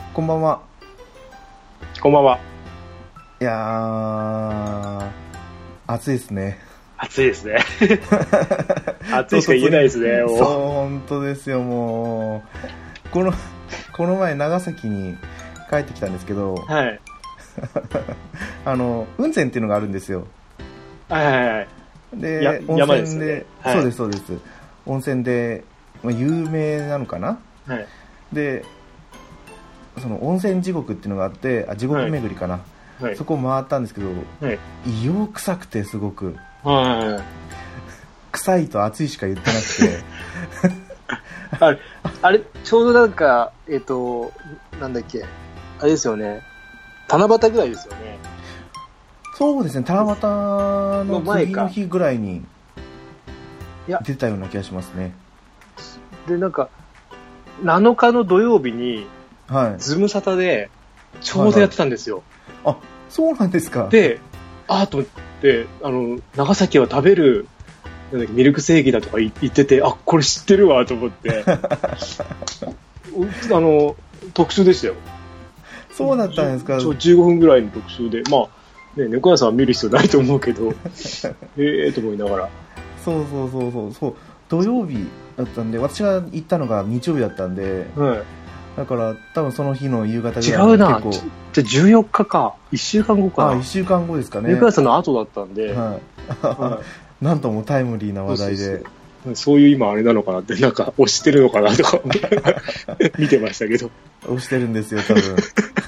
こんばんは。 こんばんは。 いやー、暑いですね。 暑いですね。暑いしか言えないですね。 そう、本当ですよ、もう。この前、長崎に帰ってきたんですけど、 はい。 雲仙っていうのがあるんですよ。 はいはいはい。 で、温山で泉で、 すよね。はい、 そうです、そうです。温泉で、まあ、有名なのかな。 はい。 で、その温泉地獄っていうのがあって、地獄巡りかな。 はい。 そこを回ったんですけど、 はい。 異様臭くてすごく。 はい。 臭いと暑いしか言ってなくてあれ、ちょうどなんか、なんだっけ、あれですよね。七夕ぐらいですよね。 そうですね、七夕の次の日ぐらいに出たような気がしますね。 で、なんか、7日の土曜日に、 はい、 ズムサタで、ちょうどやってたんですよ。 はいはい、あ、そうなんですか。 で、と思って、長崎は食べる、なんだっけ、ミルクセーキだとか言ってて、あ、これ知ってるわと思って、特集でしたよ。 そうだったんですか。 15分ぐらいの特集で、まあ、ね、猫屋さんは見る必要ないと思うけど、と思いながら。 そう、土曜日だったんで、私が行ったのが日曜日だったんで、 はい、 だから多分その日の夕方ぐらい。 違うな、じゃあ14日か、1週間後か。 1週間後ですかね。 猫屋さんの後だったんで、 なんともタイムリーな話題で。 そういう今あれなのかなって、なんか押してるのかなとか見てましたけど。 押してるんですよ、多分。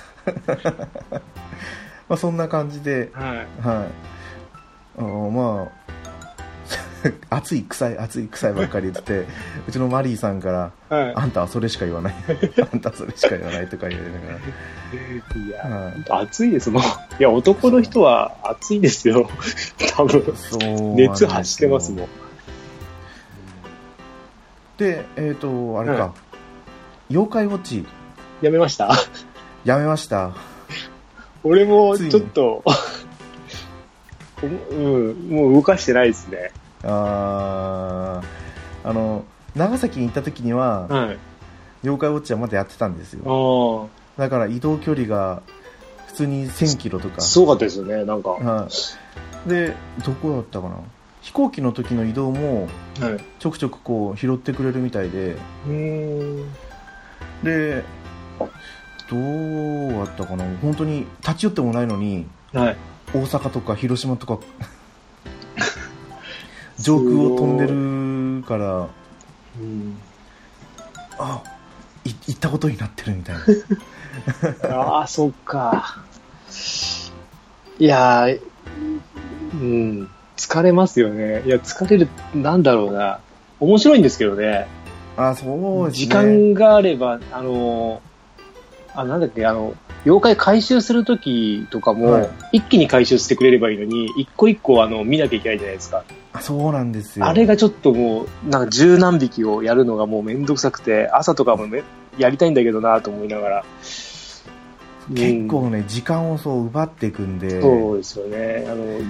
まあそんな感じで、 はい。 まあ、暑い臭いばっかり言ってて、うちのマリーさんから、はい、あんたはそれしか言わない。あんたはそれしか言わないとか言われながら。 いや、暑いですもん。いや、男の人は暑いですよ。多分。熱発してますもん。 で、あれか、はい、妖怪ウォッチ。 やめました？ やめました。 俺もちょっと、もう動かしてないですね。 長崎に行った時には、はい、妖怪ウォッチはまだやってたんですよ。だから移動距離が普通に1000キロとか。 すごかったですよね、なんか。 はい、で、どこだったかな。飛行機の時の移動もちょくちょくこう拾ってくれるみたいで、で、どうだったかな。本当に立ち寄ってもないのに、はい、大阪とか広島とか上空を飛んでるから、行ったことになってるみたいな。そっか。いや疲れますよね。いや、疲れる、なんだろうな。面白いんですけどね。 そうですね。 時間があれば、なんだっけ、妖怪回収するときとかも、はい、一気に回収してくれればいいのに、一個一個見なきゃいけないじゃないですか。 そうなんですよ。 あれがちょっともう、なんか十何匹をやるのがもうめんどくさくて、朝とかもやりたいんだけどなと思いながら。 結構ね、時間をそう奪っていくんで。 そうですよね。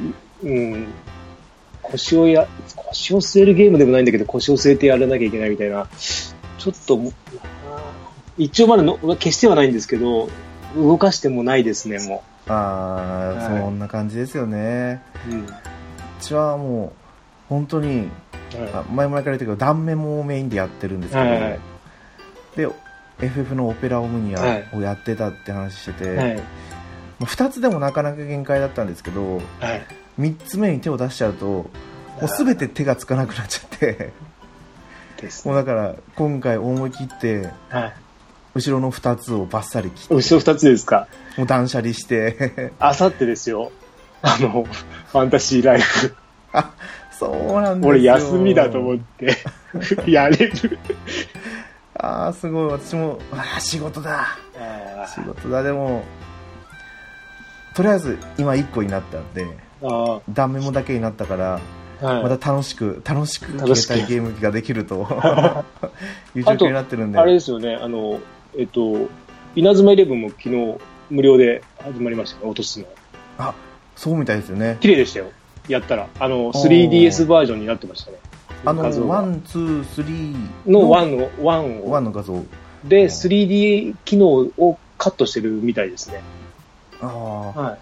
腰を据えるゲームでもないんだけど、腰を据えてやらなきゃいけないみたいな。ちょっと、一応まだ消してはないんですけど、動かしてもないですね、もう。 はい、そんな感じですよね。うちはもう、本当に、前々から言ったけど、断面もメインでやってるんですけど、で、FF のオペラオムニアをやってたって話してて、2つでもなかなか限界だったんですけど、3つ目に手を出しちゃうと、もう全て手がつかなくなっちゃって、もうだから今回思い切って、後ろの2つをバッサリ切って。後ろ2つですか？もう断捨離して。あさってですよ。ファンタジーライフ。そうなんですよ。俺休みだと思って、やれる。すごい。私も、仕事だ。仕事だ。でも、とりあえず今1個になったんで、断面もだけになったから、また楽しく携帯ゲーム機ができるという状況になってるんで。あれですよね、稲妻イレブンも昨日無料で始まりましたね、落とすの。そうみたいですよね。綺麗でしたよ、やったら。3DS バージョンになってましたね。1、2、3の1の画像で 3D 機能をカットしてるみたいですね。 ああ、 はい、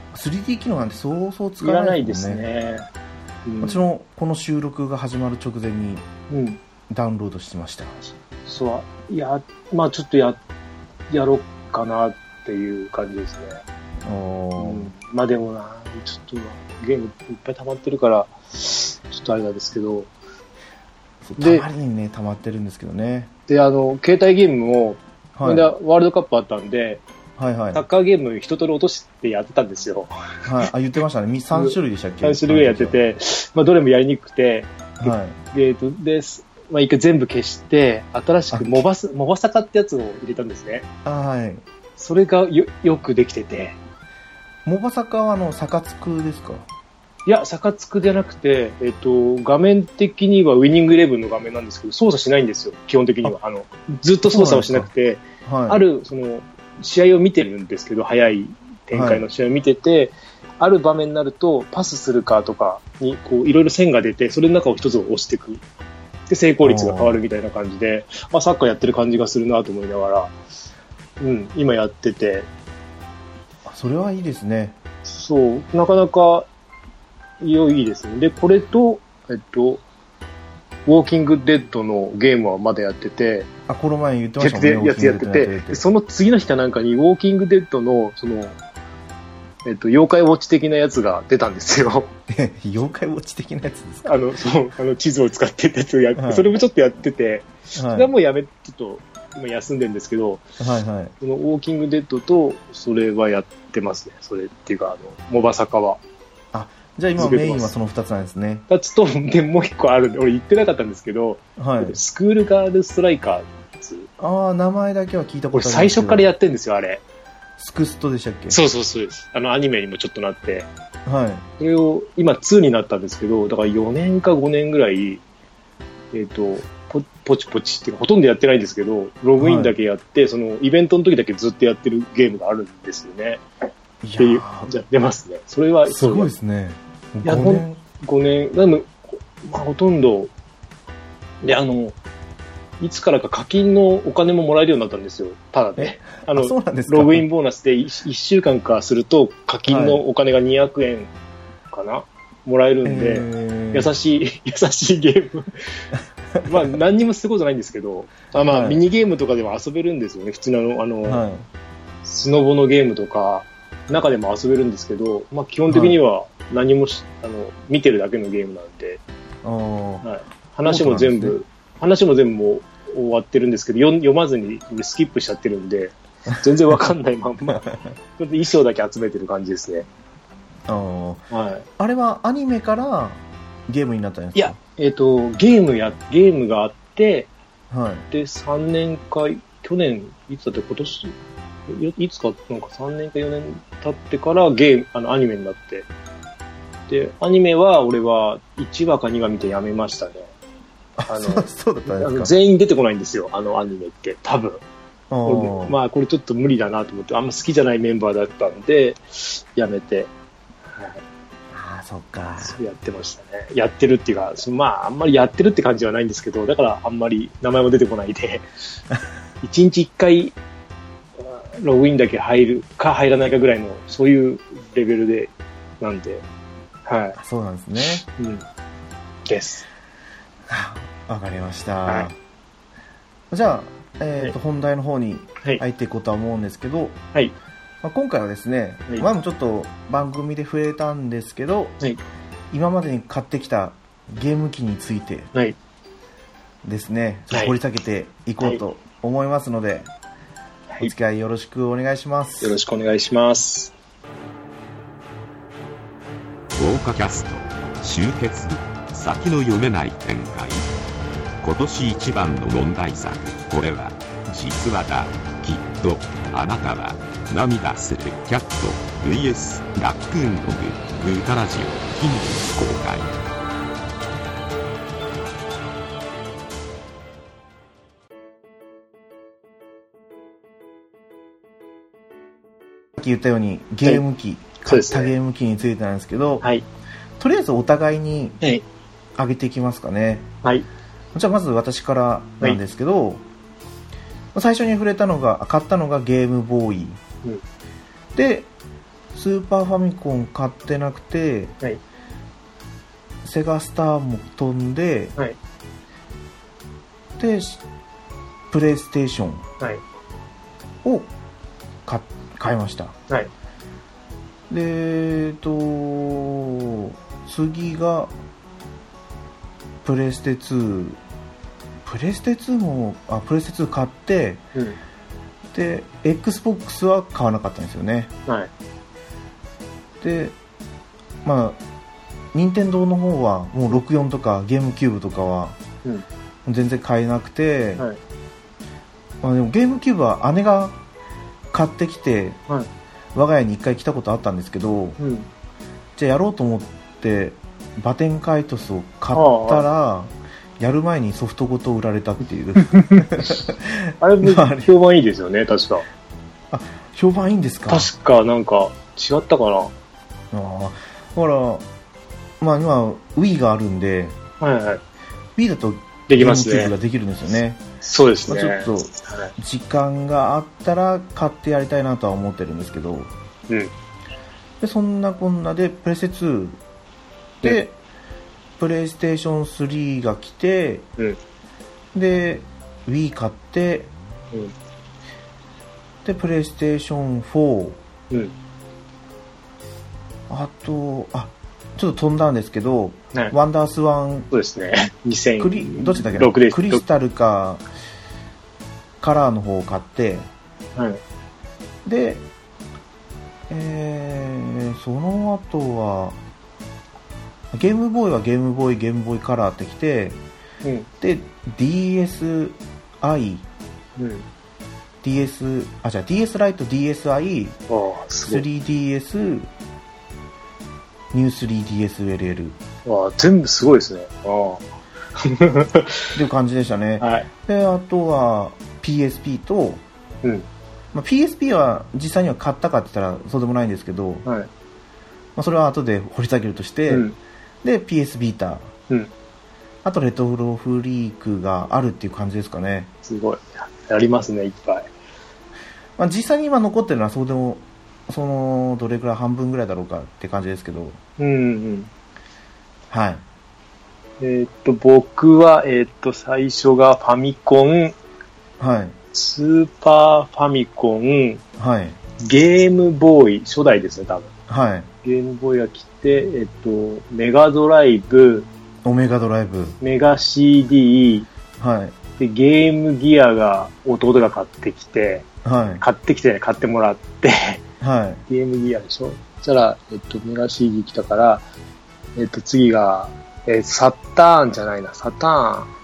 3D 機能なんてそうそう使いらわないですね。 私もこの収録が始まる直前にダウンロードしてました。 そう、いや、まあちょっとやろうかなっていう感じですね。まあでもな、ちょっとゲームいっぱい溜まってるからちょっとあれなんですけど、 たまりにね溜まってるんですけどね。 で、携帯ゲームも、ワールドカップあったんで、サッカーゲーム一通り落としてやってたんですよ。 言ってましたね。3種類でしたっけ？ 3 種類ぐらいやってて、まあどれもやりにくくて、で、まあ一回全部消して、新しくモバサカってやつを入れたんですね。それがよくできてて。 モバサカはサカツクですか？ いや、サカツクじゃなくて、画面的にはウィニングイレブンの画面なんですけど、操作しないんですよ、基本的には。ずっと操作をしなくて、ある、試合を見てるんですけど、早い展開の試合を見てて、ある場面になると、パスするかとかに、こう、いろいろ線が出て、それの中を一つを押していく。で、成功率が変わるみたいな感じで、まあ、サッカーやってる感じがするなと思いながら、今やってて。 それはいいですね。 そう、なかなか、いいですね。で、これと、ウォーキングデッドのゲームはまだやってて、 この前言ってましたもんね。 やつやってて、その次の日かなんかに、ウォーキングデッドの、妖怪ウォッチ的なやつが出たんですよ。 妖怪ウォッチ的なやつですか？ そう、地図を使ってたやつをそれもちょっとやってて、それはもうちょっと、今休んでるんですけど、そのウォーキングデッドと、それはやってますね。それっていうか、モバサカは。 じゃあ今メインはその2つなんですね。 2つと、で、もう1個あるんで、俺言ってなかったんですけど、スクールガールストライカー名前だけは聞いたことあるんですけど。 俺最初からやってるんですよ、あれ。 スクストでしたっけ？ そうです。アニメにもちょっとなって。それを、今2になったんですけど、だから4年か5年ぐらい、ポチポチっていうか、ほとんどやってないんですけど、ログインだけやって、そのイベントの時だけずっとやってるゲームがあるんですよね。っていう、じゃ出ますね。それはすごいですね。 5年。でも、まあ、ほとんど、で、いつからか課金のお金ももらえるようになったんですよ。ただね。 そうなんですか？ ログインボーナスで1週間かすると課金のお金が200円かな、もらえるんで、優しいゲーム。まあ、何にもすることないんですけど、まあ、ミニゲームとかでも遊べるんですよね。普通のスノボのゲームとか、中でも遊べるんですけど、まあ、基本的には何も見てるだけのゲームなんで、話も全部もう終わってるんですけど、読まずにスキップしちゃってるんで、全然わかんないまんま、衣装だけ集めてる感じですね。 あれはアニメからゲームになったんですか？ いや、ゲームがあって、で、3年か、去年、いつだって今年、いつか、なんか3年か4年経ってからアニメになって。で、アニメは俺は1話か2話見てやめましたね。 そうだったんですか？ 全員出てこないんですよ、アニメって、多分。まあ、これちょっと無理だなと思って、あんま好きじゃないメンバーだったんで、やめて。 そっか。 やってましたね。やってるっていうか、まあ、あんまりやってるって感じはないんですけど、だからあんまり名前も出てこないで、1日1回、ログインだけ入るか入らないかぐらいの、そういうレベルで、なんで、 そうなんですね。 です。 わかりました。じゃあ、本題の方に入っていこうとは思うんですけど、今回はですね、前もちょっと番組で触れたんですけど、今までに買ってきたゲーム機についてですね、掘り下げていこうと思いますので、お付き合いよろしくお願いします。 よろしくお願いします。 豪華キャスト集結、先の読めない展開。今年一番の問題作、これは実話だ。きっとあなたは涙する。キャット vs ラックーンドググータラジオ近日公開。 さっき言ったようにゲーム機、買ったゲーム機についてなんですけど、とりあえずお互いに上げていきますかね。じゃあまず私からなんですけど、 最初に買ったのがゲームボーイ、うん、でスーパーファミコン買ってなくて、はい、セガスターも飛んで、はい、でプレイステーションを買いました、はい、で次がプレステ2買って、うん、で Xbox は買わなかったんですよね、はい、でまあ任天堂の方はもう64とかゲームキューブとかは全然買えなくて、はい、まあ、でもゲームキューブは姉が買ってきて、はい、我が家に一回来たことあったんですけど、うん、じゃあやろうと思ってバテンカイトスを買ったらやる前にソフトごと売られたっていうあれ評判いいですよね、確か。 あ、評判いいんですか。 確かなんか違ったかな。 だからまあ今 Wii があるんで、はいはい、Wii だとできますね。 ゲームキューブができるんですよね。 そうですね。 まあ、ちょっと時間があったら買ってやりたいなとは思ってるんですけど、うん、でそんなこんなでプレステ2で、うん、プレイステーション3が来て、うん、で Wii 買って、うん、でプレイステーション4、うん、あとちょっと飛んだんですけど、はい、ワンダースワン、 そうですね、 どっちだっけな、クリスタルかカラーの方を買って、はい、で、その後はゲームボーイはゲームボーイカラーってきて、うん、で DS ライト DSi 3DSニュー 3DSLL 全部すごいですね。 っていう感じでしたね、はい、であとは PSP と、うんまあ、PSP は実際には買ったかって言ったらそうでもないんですけど、はいまあ、それは後で掘り下げるとして、うん、で PS ビータ、うん、あとレトロフリークがあるっていう感じですかね。 すごいありますね、いっぱい、 まあ、実際に今残ってるのはそうでもどれくらい半分ぐらいだろうかって感じですけど、うんうん、はい。 僕は最初がファミコン、はい、スーパーファミコン、はい、ゲームボーイ初代ですね多分、はい、ゲームボーイが来てメガドライブ、 メガドライブ、 メガ CD、はい、でゲームギアが弟が買ってきて、はい、買ってもらってはい、ゲームギアでしょ。そしたら、メガ CD 来たから、次が、サターンじゃないな、サタ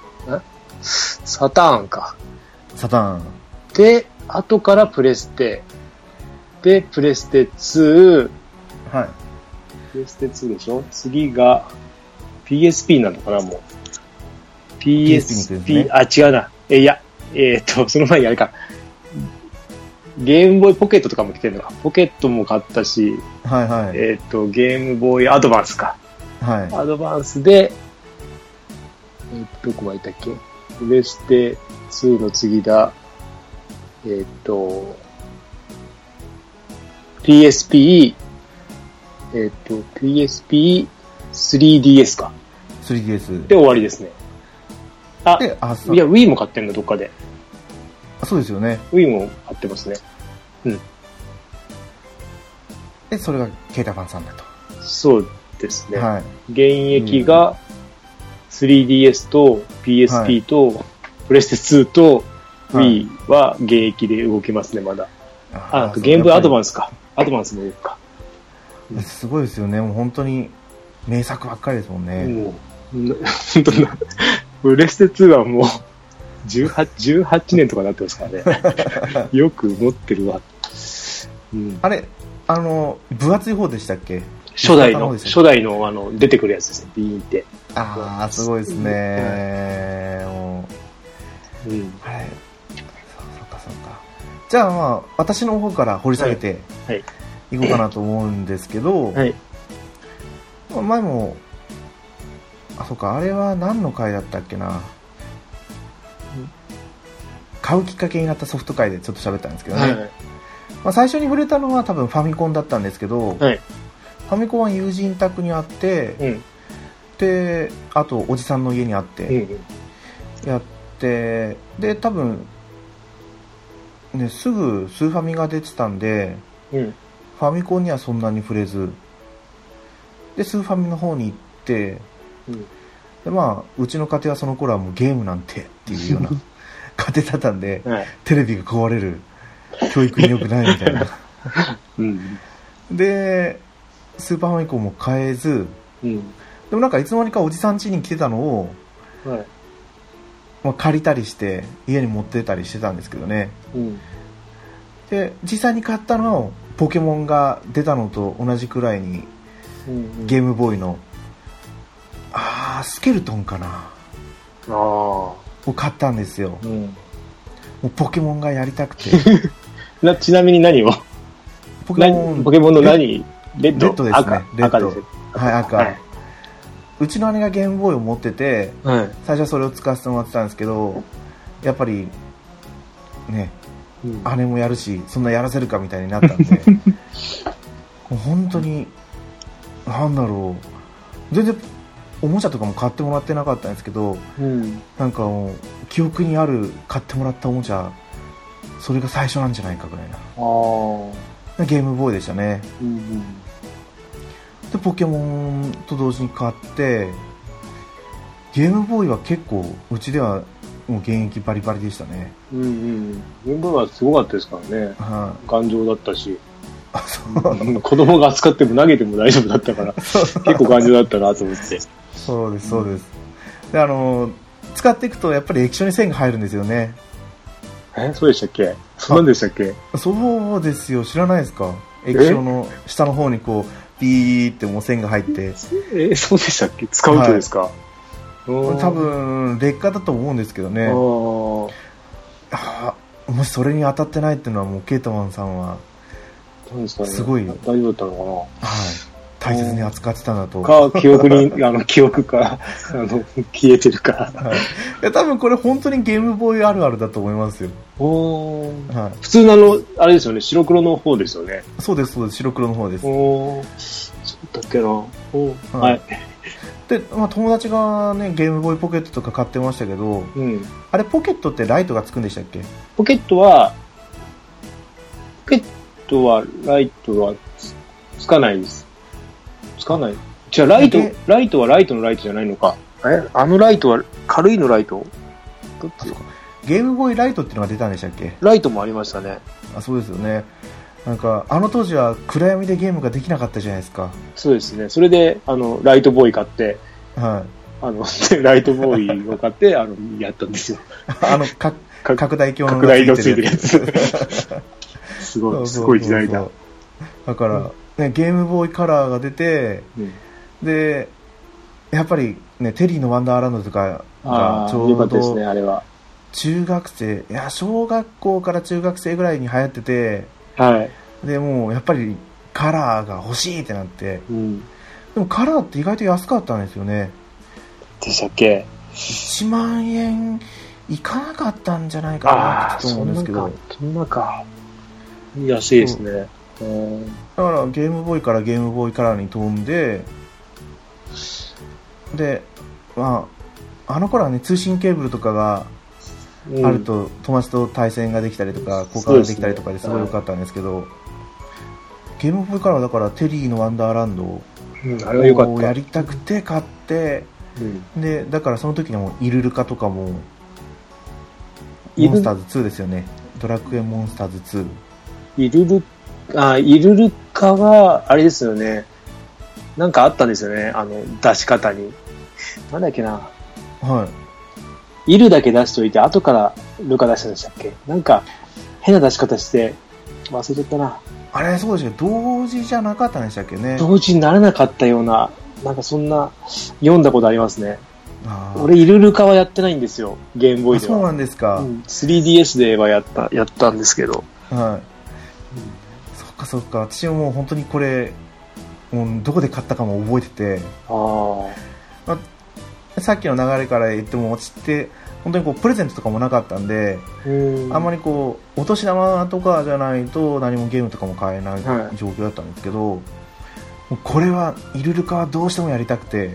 ーンか。 サターン。 で、後からプレステ。で、プレステ2。はい。プレステ2でしょ。次が、PSP なのかな、もう。PSP、ね、違うな。いや、その前にあれか。ゲームボーイポケットとかも来てるのか。ポケットも買ったし、はいはい、ゲームボーイアドバンスか。はい。アドバンスで、どこまでいったっけ？プレステ2の次だ。PSP、PSP 3DS か。 3DS。 で終わりですね。いや、Wii も買ってんの、どっかで。 そうですよね。 Wii も買ってますね。うん。 で、それがケータパンさんだと。 そうですね。はい。現役が 3DS と PSP とプレステ2と Wii は現役で動きますね、まだ。あとゲームボーイアドバンスか。アドバンスも動くか。 すごいですよね。もう本当に名作ばっかりですもんね。もう、本当だ。プレステ2はもう、18年とかなってますからね。よく持ってるわ。 うん、あれ、分厚い方でしたっけ？ 初代の出てくるやつですね。ビーンって。 ああ、すごいですね。もう、うん。あれ、そうか。じゃあまあ私の方から掘り下げていこうかなと思うんですけど、はい。前もそうか、あれは何の回だったっけな。 買うきっかけになったソフト界でちょっと喋ったんですけどね、 はい。 まあ、最初に触れたのは多分ファミコンだったんですけど、 はい。 ファミコンは友人宅にあって、 うん。 であとおじさんの家にあっうてん。 やって、で多分ねすぐスーファミが出てたんで、 うん。 ファミコンにはそんなに触れず、でスーファミの方に行って、 うん。 でまあうちの家庭はその頃はもうゲームなんてっていうような家庭だったんで、 はい。 テレビが壊れる、教育に良くないみたいなうん。 でスーパーファミコンも買えず、 うん。 でもなんかいつの間にかおじさん家に来てたのを、 はい。 まあ、借りたりして家に持ってたりしてたんですけどね。 うん。 で実際に買ったのはポケモンが出たのと同じくらいにゲームボーイのスケルトンかなを買ったんですよ。もうポケモンがやりたくてちなみに何をポケモンの何レッドですね。 赤ですよ。 はい、赤、はい、うちの姉がゲームボーイを持ってて、 はい、 最初はそれを使わせてもらってたんですけど、やっぱりね、姉もやるしそんなやらせるかみたいになったんでもう本当になんだろう、全然おもちゃとかも買ってもらってなかったんですけど、なんかもう記憶にある買ってもらったおもちゃ、それが最初なんじゃないかぐらいなゲームボーイでしたね。でポケモンと同時に買って、ゲームボーイは結構うちではもう現役バリバリでしたね。 ゲームボーイはすごかったですからね、頑丈だったし、子供が扱っても投げても大丈夫だったから結構頑丈だったなと思って。 そうですそうです、で使っていくとやっぱり液晶に線が入るんですよね。 そうでしたっけ？そうでしたっけ？ そうですよ、知らないですか？液晶の下の方にこうピーってもう線が入って。 そうでしたっけ？使うとですか？ 多分劣化だと思うんですけどね。もしそれに当たってないっていうのはもうケータマンさんはすごい大丈夫だったのかな。はい、 大切に扱ってたんだと記憶か消えてるか、 いや多分これ本当にゲームボーイあるあるだと思いますよ。 普通のあれですよね、白黒の方ですよね。 そうですそうです、白黒の方です。 そうだっけな。はい。 で、まあ、友達がねゲームボーイポケットとか買ってましたけど、あれポケットってライトがつくんでしたっけ？ ポケットはライトはつかないです。つかない。じゃあライトはライトのライトじゃないのか。あのライトは軽いのライト？どっち？ ゲームボーイライトっていうのが出たんでしたっけ？ ライトもありましたね。 そうですよね。なんかあの当時は暗闇でゲームができなかったじゃないですか。 そうですね。それでライトボーイ買って、 はい、 ライトボーイを買ってやったんですよ。 拡大鏡のついてるやつ。すごい時代だ。 だから、ね、ゲームボーイカラーが出て、でやっぱりねテリーのワンダーランドとかがちょうど中学生、いや小学校から中学生ぐらいに流行ってて、でもうやっぱりカラーが欲しいってなって、でもカラーって意外と安かったんですよね。 でしたっけ ？1万円いかなかったんじゃないかなと思うんですけど。 そんなか安いですね。 だからゲームボーイからゲームボーイカラーに飛んで、でまああの頃はね通信ケーブルとかがあると友達と対戦ができたりとか交換ができたりとかですごい良かったんですけど、ゲームボーイカラーだからテリーのワンダーランドをやりたくて買って、でだからその時にもイルルカとかもモンスターズ2ですよね。ドラクエモンスターズ2。イルルカはあれですよね。なんかあったんですよね。出し方に。なんだっけな。イルだけ出しといて後からルカ出したんでしたっけ？なんか変な出し方して忘れちゃったな。 あれそうですね。同時じゃなかったんでしたっけね。 同時にならなかったような、なんかそんな読んだことありますね。俺イルルカはやってないんですよ、ゲームボーイでは。 そうなんですか。 3DS ではやったんですけど。 そっか私ももう本当にこれもうどこで買ったかも覚えてて、さっきの流れから言っても落ちて本当にこうプレゼントとかもなかったんで、あんまりこうお年玉とかじゃないと何もゲームとかも買えない状況だったんですけど、もうこれはイルルカはどうしてもやりたくて、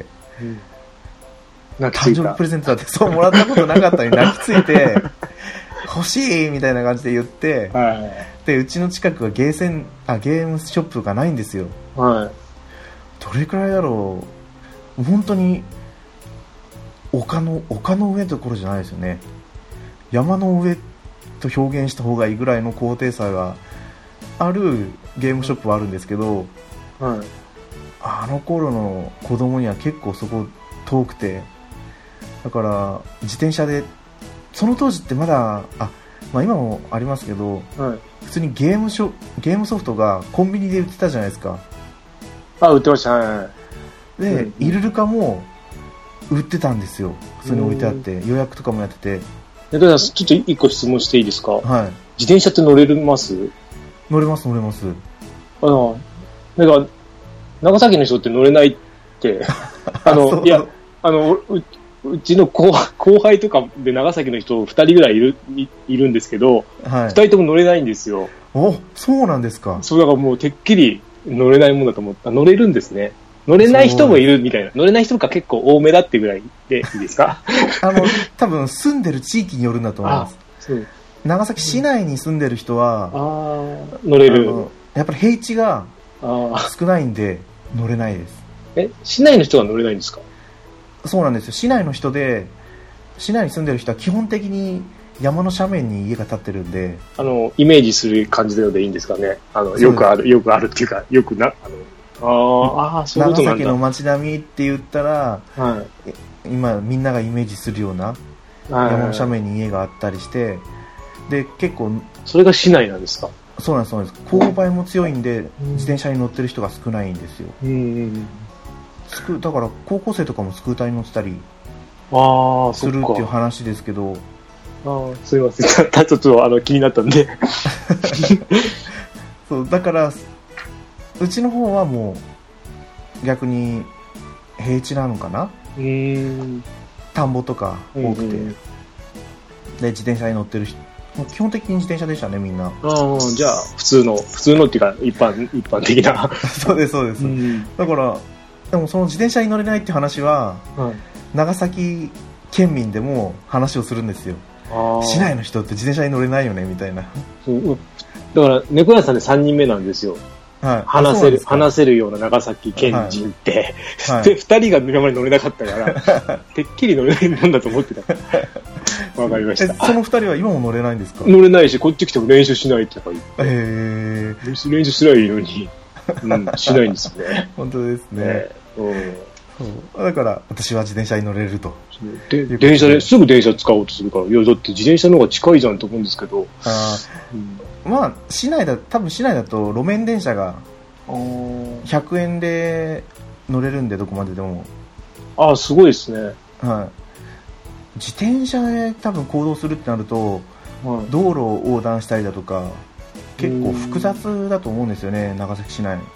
誕生日プレゼントだってそうもらったことなかったのに泣きついて欲しいみたいな感じで言って、でうちの近くがゲームショップがないんですよ。どれくらいだろう、本当に丘の上どころじゃないですよね。山の上と表現した方がいいぐらいの高低差があるゲームショップはあるんですけど、あの頃の子供には結構そこ遠くて、だから自転車で、その当時ってまだ今もありますけど、普通にゲームソフトがコンビニで売ってたじゃないですか。 売ってました。 で、イルルカも売ってたんですよ。普通に置いてあって、予約とかもやってて。 だからちょっと一個質問していいですか？自転車って乗れます？ 乗れます。 なんか長崎の人って乗れないっていやうちの後輩とかで長崎の人2人ぐらいいるんですけど、2人とも乗れないんですよ。 そうなんですか。 そうだからもうてっきり乗れないもんだと思った。乗れるんですね。乗れない人もいるみたいな。乗れない人が結構多めだってぐらいでいいですか？ 多分住んでる地域によるんだと思います。長崎市内に住んでる人は、 乗れる。 やっぱり平地が少ないんで乗れないです。 市内の人は乗れないんですか？ そうなんですよ。市内に住んでる人は基本的に山の斜面に家が建ってるんで、 イメージする感じでいいんですかね。よくあるっていうか、よくそういうことなんだ。 長崎の街並みって言ったら、今みんながイメージするような山の斜面に家があったりして、で結構それが市内なんですか？ そうなんです。勾配も強いんで、自転車に乗ってる人が少ないんですよ。だから高校生とかもスクーターに乗ってたりするっていう話ですけど。 すいません。ちょっと気になったんでそうだからうちの方はもう逆に平地なのかな。田んぼとか多くて、で自転車に乗ってる人基本的に自転車でしたね、みんな。 じゃあ普通のっていうか一般的なそうです。だからでもその自転車に乗れないって話は、長崎県民でも話をするんですよ。市内の人って自転車に乗れないよねみたいな。 だから猫屋さんで3人目なんですよ。話せるような長崎県人って、で2人が今まで乗れなかったからてっきり乗れないもんだと思ってた。わかりました。 その2人は今も乗れないんですか？ 乗れないし、こっち来ても練習しないって言って、練習すればいいのに、しないんですよね。 本当ですね。だから私は自転車に乗れると。 電車ですぐ電車使おうとするから、いやだって自転車の方が近いじゃんと思うんですけど。 まあ多分市内だと路面電車が100円で乗れるんで、どこまででも。 すごいですね。 自転車で多分行動するってなると、道路を横断したりだとか結構複雑だと思うんですよね、長崎市内。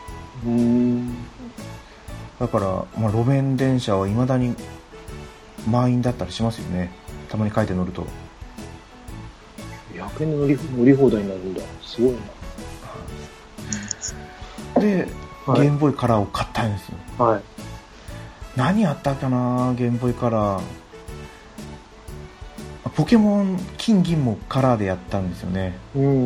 だから、路面電車は未だに満員だったりしますよね。たまに書いて乗ると 100円で乗り放題になるんだ。すごいな。で、ゲームボーイカラーを買ったんですよ。何やったかな、ゲームボーイカラー。ポケモン金銀もカラーでやったんですよね。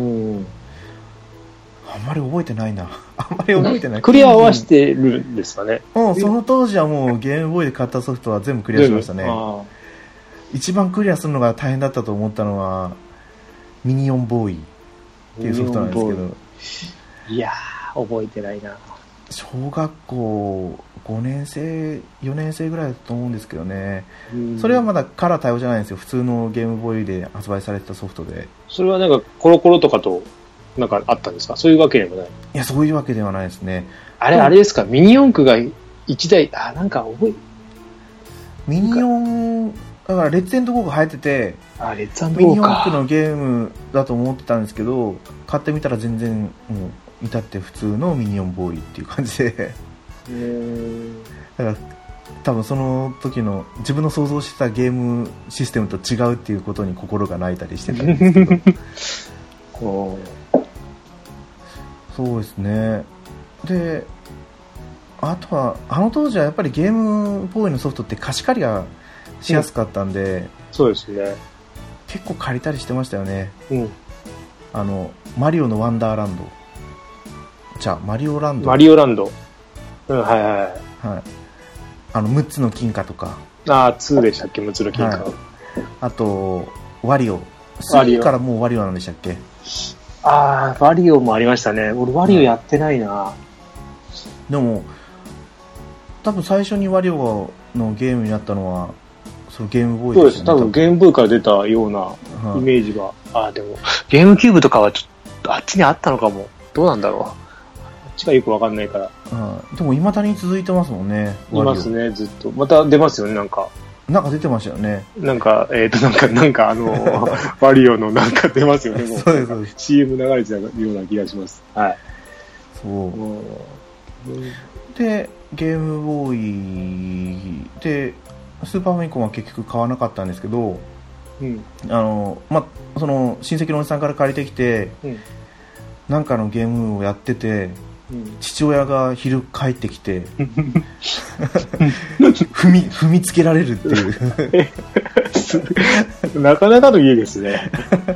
あんまり覚えてないな。 クリアはしてるんですかね。 その当時はもうゲームボーイで買ったソフトは全部クリアしましたね。一番クリアするのが大変だったと思ったのはミニオンボーイっていうソフトなんですけど、 いやー覚えてないな。 小学校5年生4年生ぐらいだと思うんですけどね。それはまだカラー対応じゃないんですよ。普通のゲームボーイで発売されてたソフトで。 それはなんかコロコロとかとなんかあったんですか？そういうわけでもない。 いや、そういうわけではないですね。 あれですか、ミニ四駆が1台、なんかミニ四だからレッツエンドゴーが流行ってて、 レッツエンドゴーか。ミニ四駆のゲームだと思ってたんですけど、買ってみたら全然もう至って普通のミニオンボーイっていう感じでだから多分その時の自分の想像してたゲームシステムと違うっていうことに心が泣いたりしてたんですけどそうですね。であとはあの当時はやっぱりゲームボーイのソフトって貸し借りがしやすかったんで、 そうですね、 結構借りたりしてましたよね。 マリオのワンダーランドマリオランド、 はいはいはい、6つの金貨とか、 2でしたっけ、6つの金貨、はい、 あとワリオ3からもうワリオなんでしたっけ。 ワリオもありましたね。俺ワリオやってないな、 でも多分最初にワリオのゲームになったのはそのゲームボーイですよね。 そうです、多分ゲームボーイから出たようなイメージが、でもゲームキューブとかはちょっとあっちにあったのかも。どうなんだろう、あっちがよくわかんないから。 でも未だに続いてますもんね。 いますね、ずっと。また出ますよね、なんか出てましたよね。 なんかワリオのなんか出ますよね。もうそうですそうです。 CM 流れてたような気がします。はい。 そう。でゲームボーイでスーパーファミコンは結局買わなかったんですけど、その親戚のおじさんから借りてきて、なんかのゲームをやってて、父親が昼帰ってきて踏みつけられるっていうなかなかの家ですね。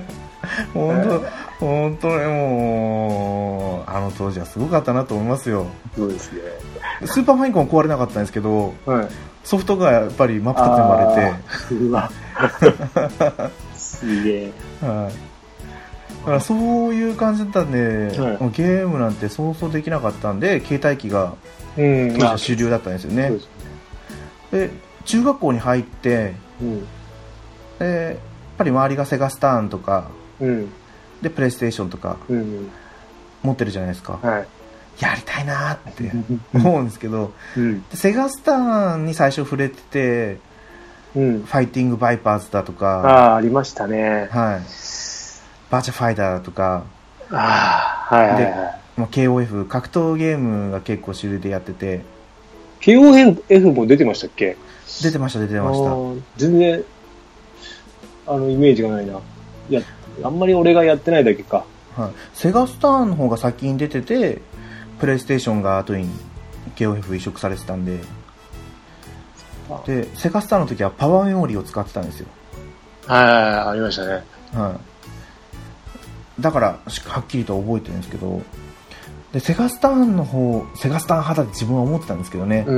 本当にもうあの当時はすごかったなと思いますよ。 そうですね。 スーパーファミコン壊れなかったんですけど、ソフトがやっぱり真っ二つに割れて、 うわすげえ。 だからそういう感じだったんで、ゲームなんて想像できなかったんで、携帯機が主流だったんですよね。で中学校に入って、でやっぱり周りがセガスターンとか、でプレイステーションとか、持ってるじゃないですか。やりたいなって思うんですけど、でセガスターンに最初触れてて、ファイティングバイパーズだとか、 ありましたね。 バーチャファイターとか、KOF 格闘ゲームが結構主流でやってて。 KOF も出てましたっけ？ 出てました。 全然イメージがないな。いや、あんまり俺がやってないだけか。 セガスターンの方が先に出てて、プレイステーションが後に KOF 移植されてたんで、でセガスターンの時はパワーメモリーを使ってたんですよ。 ありましたね。 だからはっきりと覚えてるんですけど、でセガスターン派だって自分は思ってたんですけどね。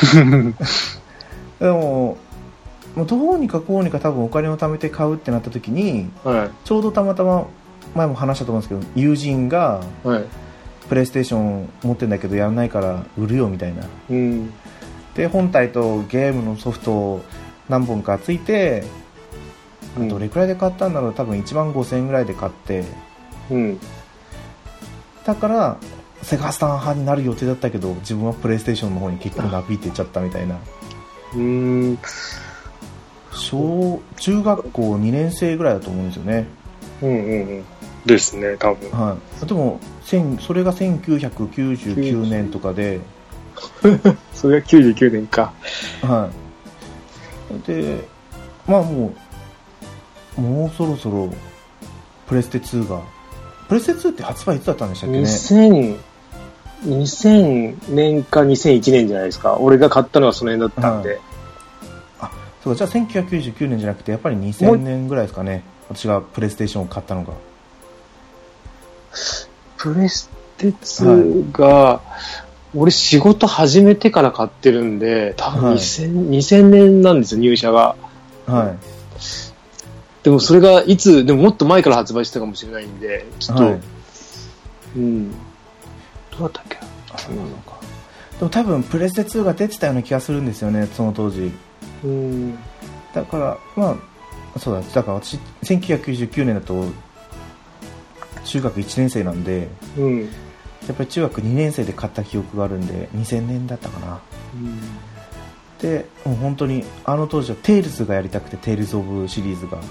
でもどうにかこうにか多分お金を貯めて買うってなった時に、ちょうどたまたま前も話したと思うんですけど、友人が、プレイステーション持ってるんだけどやらないから売るよみたいな、で本体とゲームのソフトを何本かついて、どれくらいで買ったんだろう、多分1万5000円ぐらいで買って、だからセガスターン派になる予定だったけど、自分はプレイステーションの方に結構なびいていっちゃったみたいな。中学校2年生ぐらいだと思うんですよね。 ですね、多分。 でもそれが1999年とかでそれが99年か。 でもうそろそろプレステ2って発売いつだったんでしたっけね。 2000年か2001年じゃないですか。俺が買ったのはその辺だったんで。 そうじゃあ1999年じゃなくてやっぱり2000年ぐらいですかね、私がプレイステーションを買ったのが。 プレステ2が、俺仕事始めてから買ってるんで、多分2000年なんですよ、入社が。でもそれがでももっと前から発売してたかもしれないんで、ちょっと、どうだったっけ。 でも多分プレステ2が出てたような気がするんですよね、その当時。だからそうだ、だから私1999年だと中学1年生なんで、やっぱり中学2年生で買った記憶があるんで2000年だったかな。でもう本当にあの当時はテイルズがやりたくて、テイルズオブシリーズが、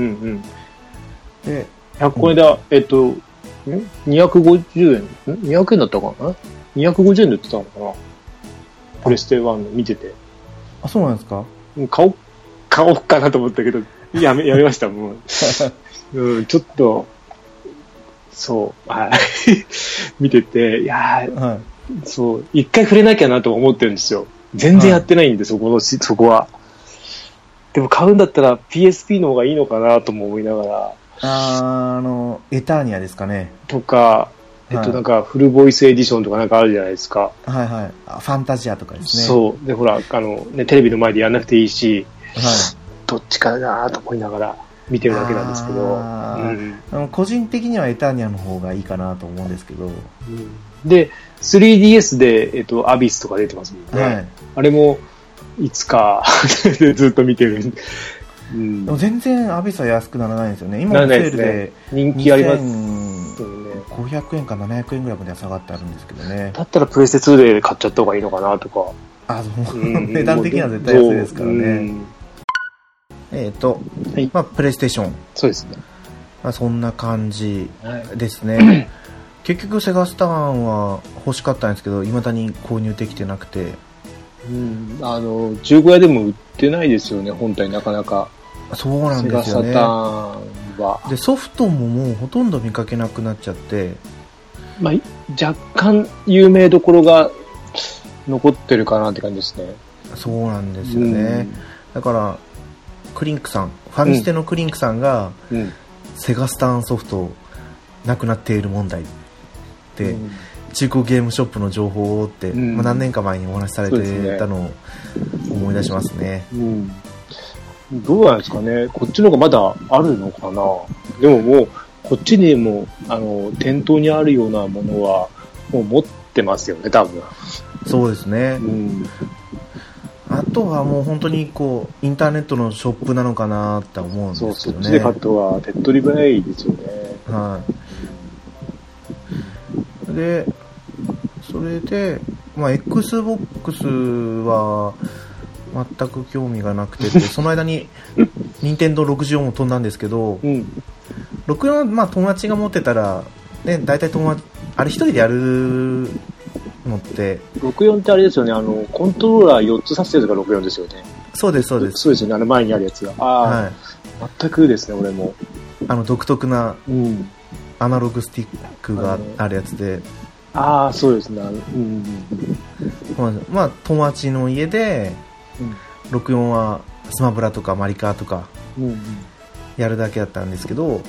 でこれだ、250円200円だったかな、250円で売ってたのかな、プレステ1の見てて。 あ、そうなんですか？ 買おうかなと思ったけど、やめました、もう。うん、ちょっと、そう、はい。見てて、いやー、はい、そう、一回触れなきゃなと思ってるんですよ。全然やってないんで、はい、そこは。でも買うんだったら PSP の方がいいのかなとも思いながら。 エターニアですかね。 とか、なんかフルボイスエディションとかなんかあるじゃないですか。 はいはい。ファンタジアとかですね。 そう。で、ほら、ね、テレビの前でやんなくていいし、はい、どっちかなと思いながら見てるだけなんですけど。 個人的にはエターニアの方がいいかなと思うんですけど。 で、3DS で、アビスとか出てますもんね。はい、あれも、いつかずっと見てる。 でも全然アビスは安くならないんですよね。今のセールで人気あります。 500円か700円ぐらいまで下がってあるんですけどね。 だったらプレステ2で買っちゃった方がいいのかなとか。 値段的には絶対安いですからね。はい、まあプレイステーション。 そうですね。 まあそんな感じですね。はい、結局セガスターンは欲しかったんですけど、未だに購入できてなくて。 中古屋でも売ってないですよね、本体なかなか。 そうなんですよね。 セガサターンは。 で、ソフトももうほとんど見かけなくなっちゃって。 まあ、若干有名どころが残ってるかなって感じですね。 そうなんですよね。だから、クリンクさん、ファミステのクリンクさんが、セガスターンソフトなくなっている問題で、中古ゲームショップの情報をって、まあ、何年か前にお話しされてたのを思い出しますね。 どうなんですかね。こっちの方がまだあるのかな。でももうこっちにも店頭にあるようなものはもう持ってますよね、多分。 そうですね。あとはもう本当にこうインターネットのショップなのかなって思うんですけどね。 そっちで買った方が手っ取り早いですよね。 はい。で、それで、まあ、Xbox は全く興味がなくてその間に任天堂64も飛んだんですけど、64はまあ友達が持ってたら、ね、大体あれ一人でやるのって 64ってあれですよね、コントローラー4つ挿すやつが64ですよね。 そうですそうです。 そうですよね、前にあるやつが。はい、全くですね、俺も。 独特なアナログスティックがあるやつで、 そうですね。 まあ友達の家で、64はスマブラとかマリカーとかやるだけだったんですけど、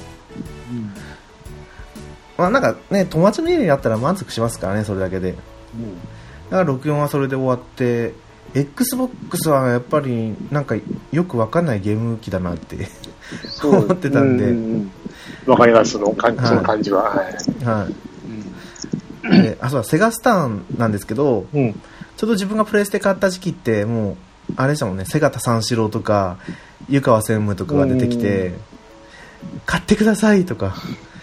まあなんかね、友達の家にあったら満足しますからね、それだけで。だから64はそれで終わって、Xbox はやっぱりなんかよくわかんないゲーム機だなって思ってたんで。 わかります、その感じは。 はい。で、そうだ、セガスターンなんですけど、ちょうど自分がプレステ買った時期ってもうあれでしたもんね、瀬形三四郎とか湯川専務とかが出てきて、買ってくださいとか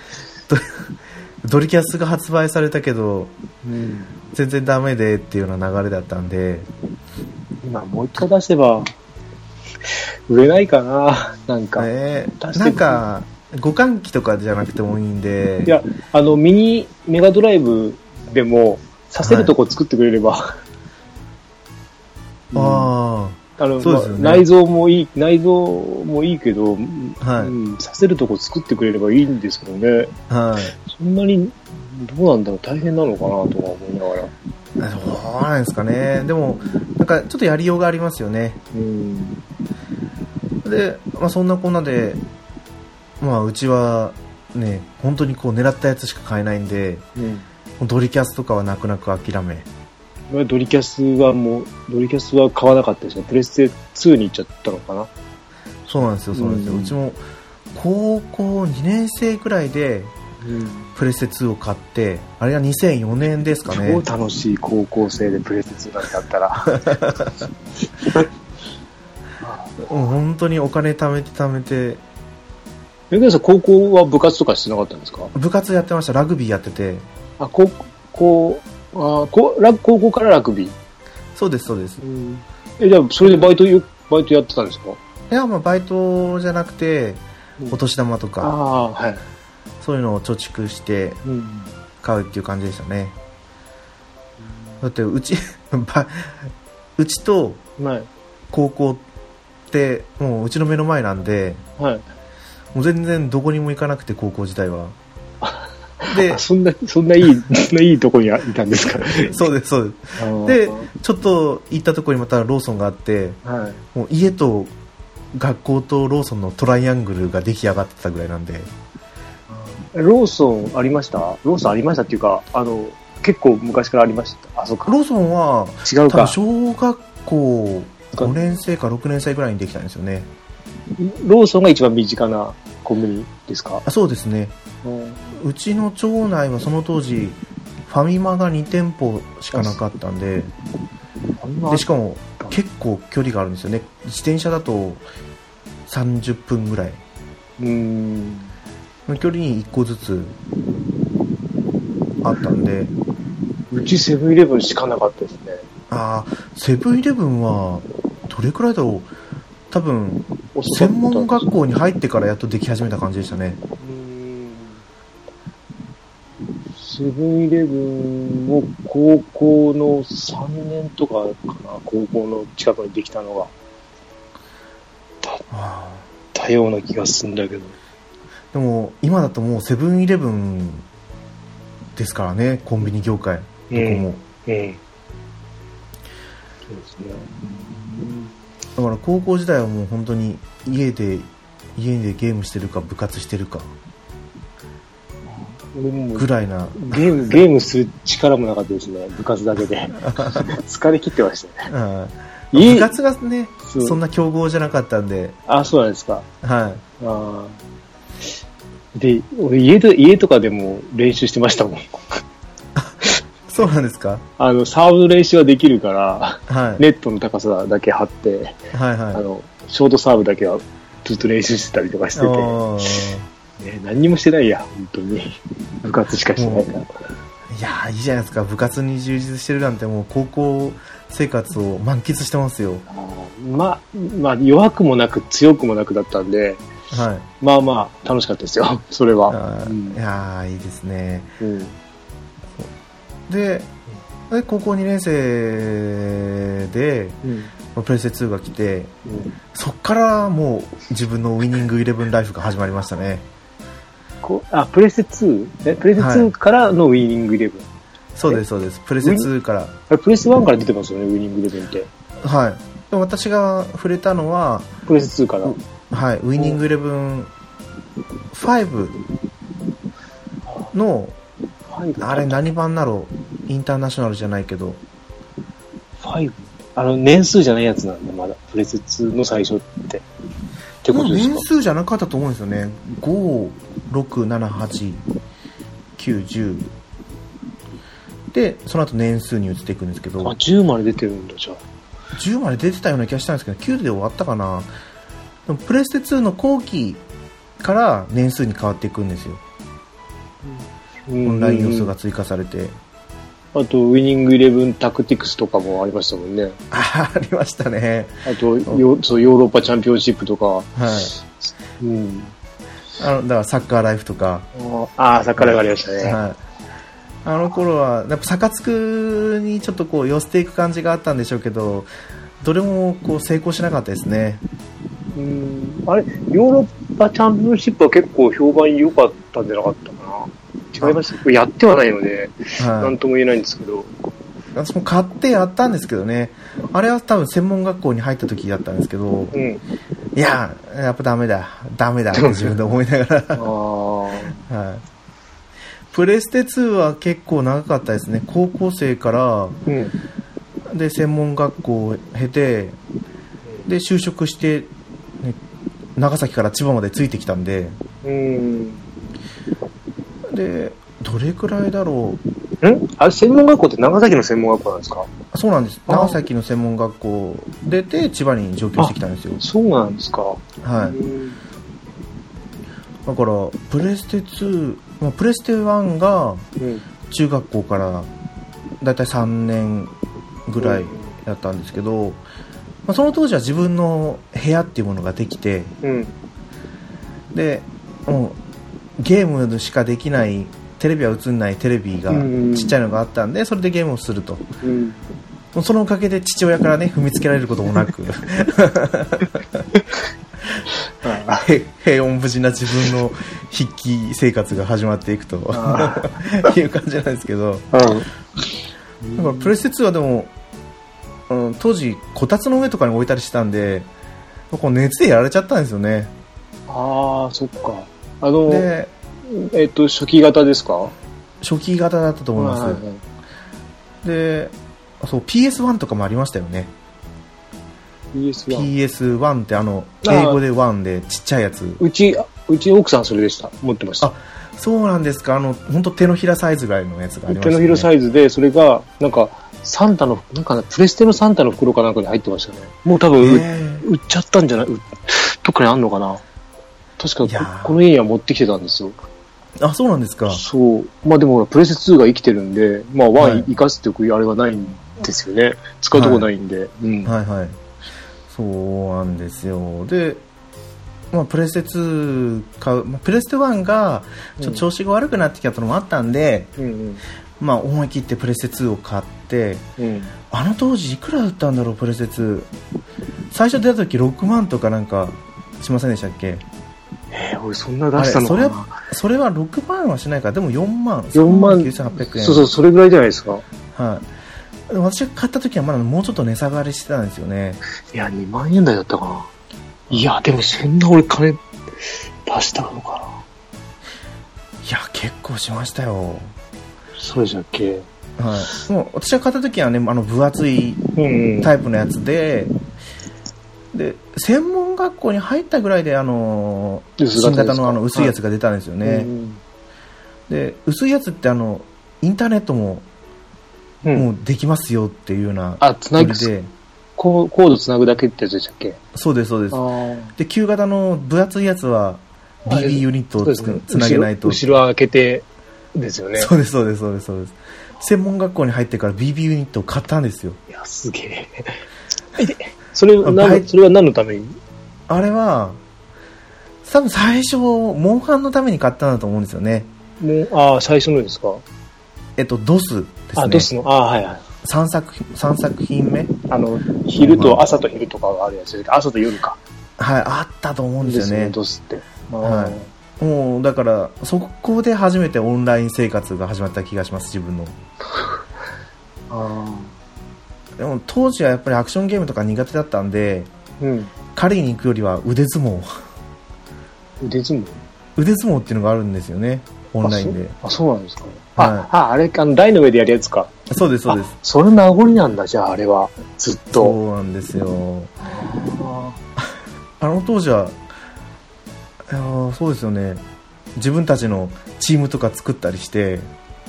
ドリキャスが発売されたけど、全然ダメでっていうような流れだったんで、 今もう一回出せば売れないかな。なんか、 なんか互換機とかじゃなくてもいいんで。 いや、ミニメガドライブでもさせるとこ作ってくれれば、そうですよね。内蔵もいいけど、させるとこ作ってくれればいいんですけどね。そんなにどうなんだろう、大変なのかなとか思いながら。 そうなんですかね。でもなんかちょっとやりようがありますよね。で、まあそんなこんなで。まあ、うちはね、本当にこう狙ったやつしか買えないんで、ドリキャスとかは泣く泣く諦め。 ドリキャスは買わなかったですね。プレステ2に行っちゃったのかな。 そうなんですよ、そうなんですよ。うちも高校2年生くらいでプレステ2を買って、あれが2004年ですかね。 超楽しい高校生でプレステ2なんてあったら。 本当にお金貯めて。 高校は部活とかしてなかったんですか？ 部活やってました。ラグビーやってて。 高校からラグビー？ そうですそうです。 じゃあそれでバイトやってたんですか？ いや、まあバイトじゃなくてお年玉とか、そういうのを貯蓄して買うっていう感じでしたね。だってうちと、 高校ってもううちの目の前なんで、 はい、 もう全然どこにも行かなくて、高校時代は。でそんないいとこにいたんですかそうですそうです。でちょっと行ったところにまたローソンがあって、 はい、 もう家と学校とローソンのトライアングルが出来上がってたぐらいなんで。 ローソンありました？ローソンありましたっていうか、結構昔からありました。あ、そうか。 ローソンは違うか。 多分小学校5年生か6年生ぐらいにできたんですよね。 ローソンが一番身近なコンビニですか？ そうですね。うちの町内はその当時ファミマが2店舗しかなかったんで、しかも結構距離があるんですよね。自転車だと30分ぐらいの距離に1個ずつあったんで。 うちセブンイレブンしかなかったですね。 ああ、セブンイレブンはどれくらいだろう。多分専門学校に入ってからやっとでき始めた感じでしたね。 セブンイレブンも高校の3年とかかな、高校の近くにできたのがたような気がするんだけど。 でも今だともうセブンイレブンですからね、コンビニ業界どこも、そうですね。だから高校時代はもう本当に家でゲームしてるか部活してるかぐらいな。 ゲームする力もなかったですね、部活だけで疲れ切ってましたね。 部活がね そんな強豪じゃなかったんで。 あ、そうなんですか。 はい。 で、俺家とかでも練習してましたもんそうなんですか。 サーブの練習はできるから、 はい、 ネットの高さだけ張って、 はいはい、 ショートサーブだけはずっと練習してたりとかしてて、ね、何にもしてないや、本当に。部活しかしてないから。いや、いいじゃないですか。部活に充実してるなんて、もう高校生活を満喫してますよ。 まあ、弱くもなく強くもなくだったんで、 はい、 まあまあ、楽しかったですよ、それは。 いやいいですね。で、高校2年生で、プレステ2が来て、そっからもう自分のウィニングイレブンライフが始まりましたね。 プレステ 2？ プレステ2からのウィニングイレブン？ そうですそうです。プレステ2から。 プレステ1から出てますよね、ウィニングイレブンって。 はい。でも私が触れたのはプレステ2から。 はい。ウィニングイレブン5のあれ何版だろう。インターナショナルじゃないけど。 5？年数じゃないやつなんだ、まだ。プレステ2の最初って。ってことですか？ 年数じゃなかったと思うんですよね。5、6、7、8、9、10。で、その後年数に移っていくんですけど。 10まで出てるんだ、じゃあ。 10まで出てたような気がしたんですけど、9で終わったかな。でもプレステ2の後期から年数に変わっていくんですよ。オンライン要素が追加されて。 あと、ウィニングイレブンタクティクスとかもありましたもんね。 ありましたね。 あと、ヨーロッパチャンピオンシップとか。はい。 だからサッカーライフとか。 サッカーライフありましたね。はい。 あの頃は、やっぱサカツクにちょっとこう寄せていく感じがあったんでしょうけど、どれもこう成功しなかったですね。 あれ、ヨーロッパチャンピオンシップは結構評判良かったんじゃなかったかな。違いました。やってはないので、なんとも言えないんですけど。 私も買ってやったんですけどね。あれは多分専門学校に入った時だったんですけど、いや、やっぱダメだって自分で思いながら。はい。プレステ2は結構長かったですね。高校生から、で専門学校を経て、で就職して、ね、長崎から千葉までついてきたんで、でどれくらいだろう。 あれ専門学校って長崎の専門学校なんですか？ そうなんです。長崎の専門学校出て千葉に上京してきたんですよ。 そうなんですか。 はい。だからプレステ2、プレステ1が中学校からだいたい3年ぐらいだったんですけど、その当時は自分の部屋っていうものができて、でもうゲームしかできない、テレビは映んないテレビがちっちゃいのがあったんで、それでゲームをすると、 そのおかげで父親からね踏みつけられることもなく平穏無事な自分の筆記生活が始まっていくという感じなんですけど、だからプレステ2はでも、当時こたつの上とかに置いたりしたんでこう熱でやられちゃったんですよね。 ああ、そっか。で初期型ですか？ 初期型だったと思います。はいはい、で、そう PS1 とかもありましたよね。PS1 って英語で1でちっちゃいやつ。うち奥さんそれでした。持ってました。 あ、そうなんですか。本当手のひらサイズぐらいのやつがありましたね。 手のひらサイズで、それがなんかサンタのなんかプレステのサンタの袋かなんかに入ってましたね。もう多分売っちゃったんじゃない？どっかにあんのかな。確かこの家には持ってきてたんですよ。 あ、そうなんですか。 そう。まあでもプレステ2が生きてるんで、まあ1生かすっていうあれはないんですよね。使うとこないんで。 はいはい。そうなんですよ。で、まあ、プレステ2買う、プレステ1が調子が悪くなってきたのもあったんで、まあ、思い切ってプレステ2を買って、あの当時いくらだったんだろう、プレステ2。最初出た時6万とかなんかしませんでしたっけ？ 俺そんな出したのかな。 それは6万はしないから、でも4万9800円。 そう、それぐらいじゃないですか。 はい。私が買った時はまだもうちょっと値下がりしてたんですよね。 いや、2万円台だったかな。いや、でもそんな俺金出したのかな。 いや、結構しましたよ。 そうでしたっけ。 はい。もう私が買った時はね、分厚いタイプのやつで、で、専門学校に入ったぐらいで新型の薄いやつが出たんですよね。で、薄いやつってインターネットももうできますよっていうようなつなぎでコードつなぐだけってやつでしたっけ？ そうですそうです。で、旧型の分厚いやつは BB ユニットをつなげないと。 後ろ開けてですよね。 そうですそうですそうですそうです。専門学校に入ってから BB ユニットを買ったんですよ。 いや、すげえ。それは何のために？あれは多分最初モンハンのために買ったんだと思うんですよね。 最初のですか？ ドスですね。 ドスの、はいはい。 3作品目？ 昼と朝と昼とかがあるやつで、朝と夜か。 はい、あったと思うんですよね。 ドスって。 はい。もう、だから、そこで初めてオンライン生活が始まった気がします、自分の。でも、当時はやっぱりアクションゲームとか苦手だったんで、狩りに行くよりは腕相撲。腕相撲っていうのがあるんですよね、オンラインで。 そうなんですか。あれ台の上でやるやつか。 そうですそうです。 それ名残なんだ、じゃああれはずっと。 そうなんですよ。当時はそうですよね。自分たちのチームとか作ったりして、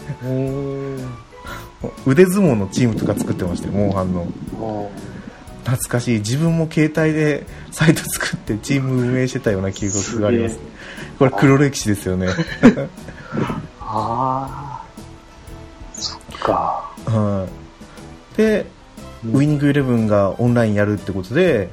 腕相撲のチームとか作ってましたよ、モンハンの。懐かしい。自分も携帯でサイト作ってチーム運営してたような記憶があります。これ黒歴史ですよね。 そっか。 で、ウイニングイレブンがオンラインやるってことで、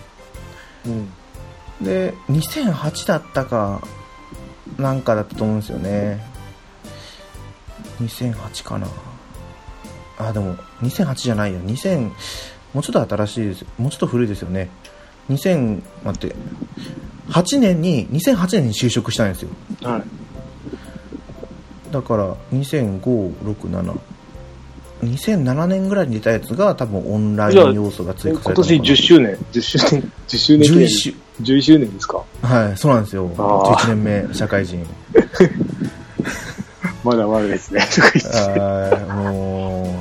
で、2008だったかなんかだったと思うんですよね。2008かな。でも2008じゃないよ。2000もうちょっと新しいです。もうちょっと古いですよね。2008年に就職したんですよ。はい。だから2005、6、7 2007年ぐらいに出たやつが多分オンライン要素が追加されたのかな。今年10周年11周年ですか？ はい、そうなんですよ。11年目社会人。 まだまだですね。 も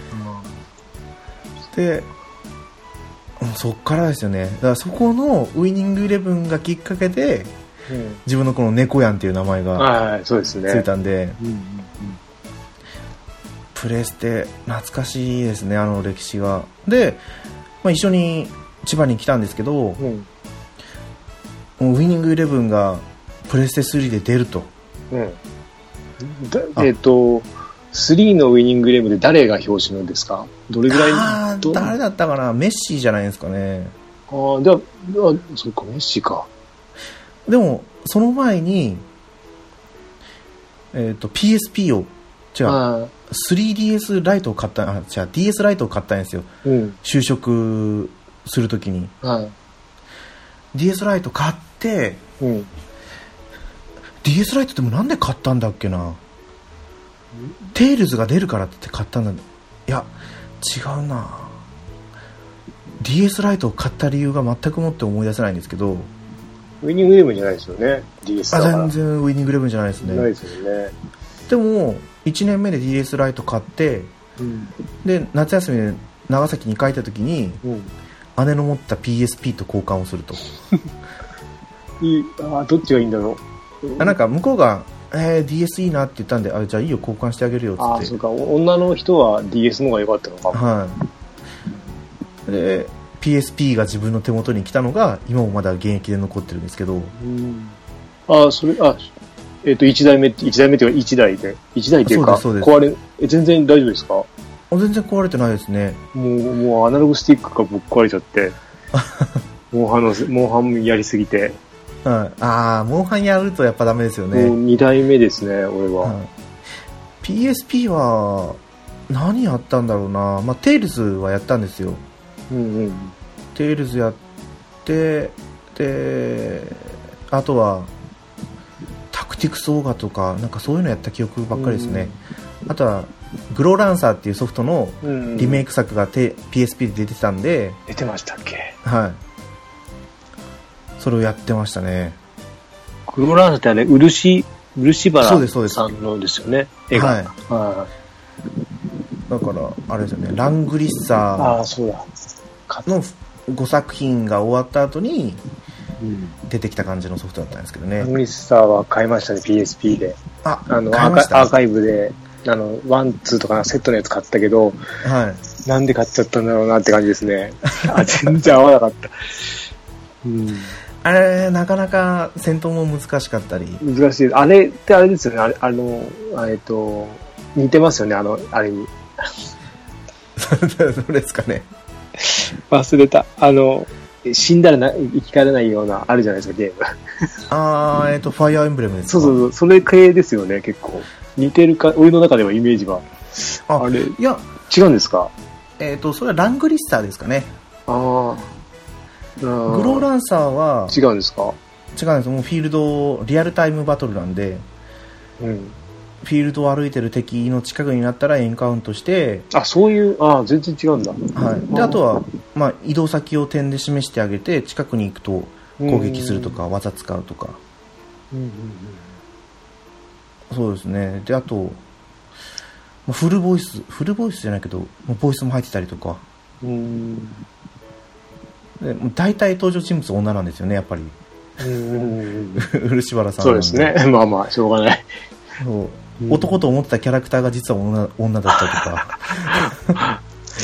うで、そっからですよね。だからそこのウイニングイレブンがきっかけで、自分のこの猫やんっていう名前がついたんで、プレステ懐かしいですね、歴史が。で、一緒に千葉に来たんですけど、ウイニングイレブンがプレステ3で出ると。 3のウイニングイレブンで誰が表紙なんですか？どれぐらい？ 誰だったかな？メッシじゃないですかね。 そっか、メッシか。 でもその前にPSP を 3DS ライトを買った、DS ライトを買ったんですよ。就職するときに。DS ライト買って、DS ライトでもなんで買ったんだっけな。テイルズが出るからって買ったんだ。いや、違うな。DS ライトを買った理由が全くもって思い出せないんですけど。 ウィニングイレブンじゃないですよね、DS だから。 全然ウィニングイレブンじゃないですね。 ないですよね。 でも、1年目で DS ライト買って、で、夏休みで長崎に帰った時に、姉の持った PSP と交換をすると。 どっちがいいんだろう。なんか向こうが、DS いいなって言ったんで、じゃあいいよ、交換してあげるよっつって。 そうか、女の人は DS の方が良かったのかも。 はい。で、PSP が自分の手元に来たのが、今もまだ現役で残ってるんですけど。 1台目っていうか、1台っていうか、壊れ、全然大丈夫ですか？ 全然壊れてないですね。 もうアナログスティックがぶっ壊れちゃって、モンハンやりすぎて。 モンハンやるとやっぱダメですよね。 もう2台目ですね、俺は。 PSP は、何やったんだろうな。テイルズはやったんですよ。テイルズやって、で、あとは、タクティクスオーガとか、なんかそういうのやった記憶ばっかりですね。あとは、グローランサーっていうソフトのリメイク作がPSP で出てたんで。 出てましたっけ？ はい。それをやってましたね。 グローランサーってあれ、漆原さんのですよね。絵が。 だから、あれですよね、ラングリッサーの5作品が終わった後に出てきた感じのソフトだったんですけどね。 ラングリッサーは買いましたね、PSP で。 買いました。 アーカイブで、1、2とかセットのやつ買ったけど、なんで買っちゃったんだろうなって感じですね。全然合わなかった。 あれ、なかなか戦闘も難しかったり。 難しい。あれってあれですよね。似てますよね、あれに。 どれですかね。 忘れた。死んだら生き返らないような、あるじゃないですか、ゲーム。 ファイアーエンブレムですか。 そう、それ系ですよね、結構。似てるか、俺の中ではイメージは。あれ、いや、違うんですか？ それはラングリッサーですかね。グローランサーは違うんですか？ 違うんです。もうフィールドリアルタイムバトルなんで、フィールドを歩いてる敵の近くになったらエンカウントして、 そういう、全然違うんだ。 で、あとは、移動先を点で示してあげて、近くに行くと攻撃するとか、技使うとか。そうですね。で、あと、フルボイスじゃないけど、ボイスも入ってたりとか。で大体登場人物女なんですよね、やっぱり。漆原さん。 そうですね。まあまあ、しょうがない。 男と思ってたキャラクターが実は女だったとか。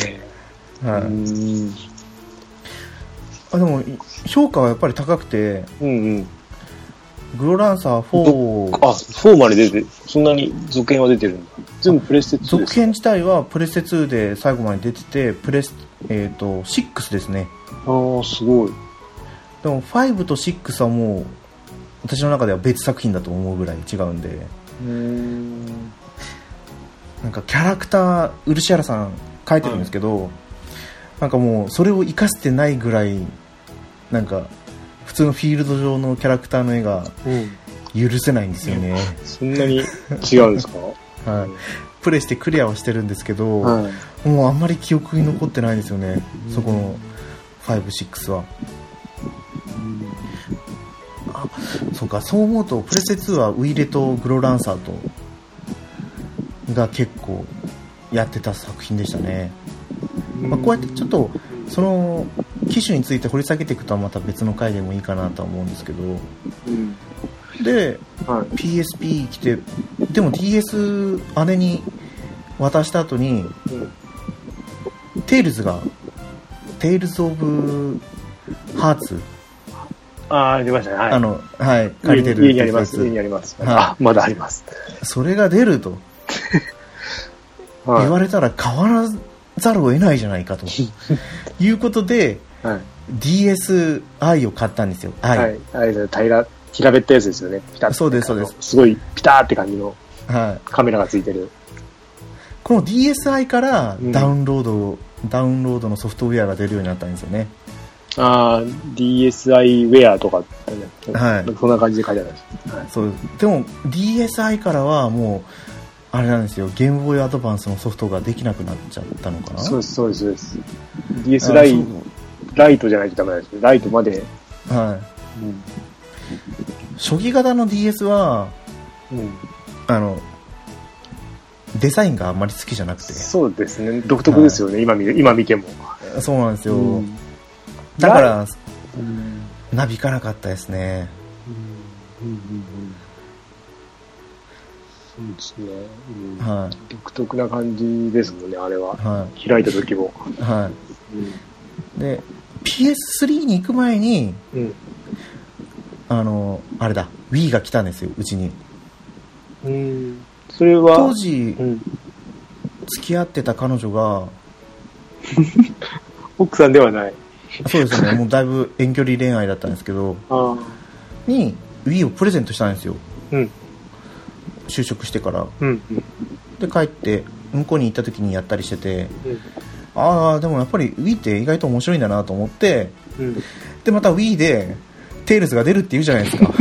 でも、評価はやっぱり高くて、グローランサー4。 4まで出て、そんなに続編は出てるんだ。全部プレステ2ですか？ 続編自体はプレステ2で最後まで出てて、6ですね。 すごい。 でも5と6はもう私の中では別作品だと思うぐらい違うんで。なんかキャラクター漆原さん描いてるんですけど、なんかもうそれを活かしてないぐらい、なんか普通のフィールド上のキャラクターの絵が許せないんですよね。 そんなに違うんですか？ プレイしてクリアはしてるんですけど、もうあんまり記憶に残ってないんですよね、そこの5、6は。そうか、そう思うとプレステ2はウイレとグロランサーとが結構やってた作品でしたね。こうやってちょっとその機種について掘り下げていくとはまた別の回でもいいかなとは思うんですけど、で、PSP 来て、でも DS 姉に渡した後に、テイルズオブハーツ、 出ましたね。 借りてる家にあります。まだあります。 それが出ると言われたら買わざるを得ないじゃないかということで、DSi を買ったんですよ。 平べったいやつですよね。 そうです。 すごいピターって感じのカメラがついてる。 この DSi からダウンロードのソフトウェアが出るようになったんですよね。 DSi ウェアとか、はい、そんな感じで書いてあるんです、はい、 そうでも DSi からはもうあれなんですよ、ゲームボーイアドバンスのソフトができなくなっちゃったのかな。 そうですそうですそうです。 DS ライトじゃないとダメなんですよ。ライトまで、 はい、うん、初期型の DS は、うん、デザインがあんまり好きじゃなくて。 そうですね、独特ですよね、はい、今見ても。 そうなんですよ、うん、だから、うん、なびかなかったですね。うんうんうんうん、 そうですね、 うん、はい、 独特な感じですもんね、あれは、はい、開いた時も、 はい、うん、で PS3 に行く前に、うん、あれだ Wii が来たんですよ、うちに。 それは当時、うん、付き合ってた彼女が奥さんではない。 そうですね、もうだいぶ遠距離恋愛だったんですけどに Wii をプレゼントしたんですよ、うん、就職してから、うんうん、で帰って向こうに行った時にやったりしてて、うん、でもやっぱり Wii って意外と面白いんだなと思って、うん、でまた Wii でテイルズが出るって言うじゃないですか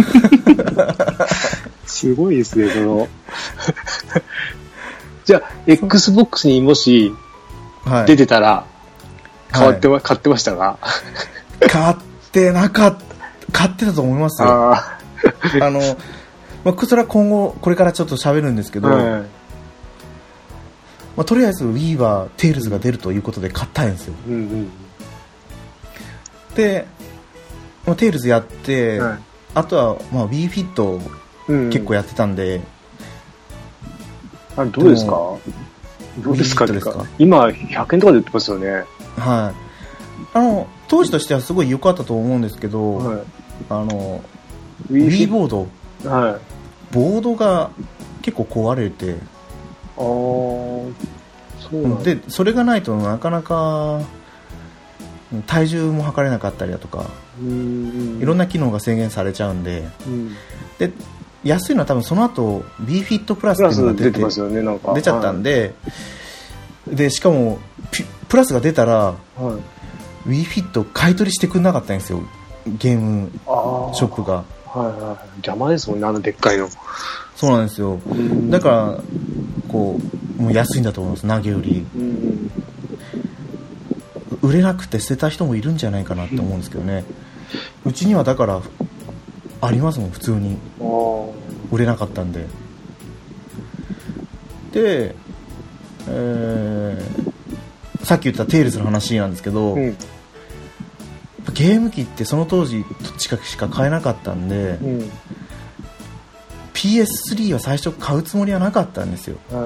すごいですね、じゃあ Xbox にもし出てたら買ってましたが、 買ってたと思いますよ。それは今後これからちょっと喋るんですけど、はい、とりあえず Wii はテイルズが出るということで買ったんですよ、うんうん、で、テイルズやって、はい、あとはWii フィット結構やってたんで、 どうですか？どうですかってか、今100円とかで売ってますよね。 はい、当時としてはすごい良かったと思うんですけど、はい、Wii ボード、はい、ボードが結構壊れて、そうなんで、それがないとなかなか体重も測れなかったりだとか、いろんな機能が制限されちゃうんで、で安いのは多分その後 B フィットプラスっていうのが出てますよね、なんか出ちゃったんで、はい、でしかもプラスが出たら、はい、Wii フィット買い取りしてくれなかったんですよ、ゲームショップが。 はいはい、邪魔ですもんね、でっかいの。 そうなんですよ。だからこうもう安いんだと思います、投げ売り。売れなくて捨てた人もいるんじゃないかなって思うんですけどね。うちにはだからありますもん、普通に。売れなかったんで。で、さっき言ったテイルズの話なんですけど、ゲーム機ってその当時近くしか買えなかったんで、PS3 は最初買うつもりはなかったんですよ、はい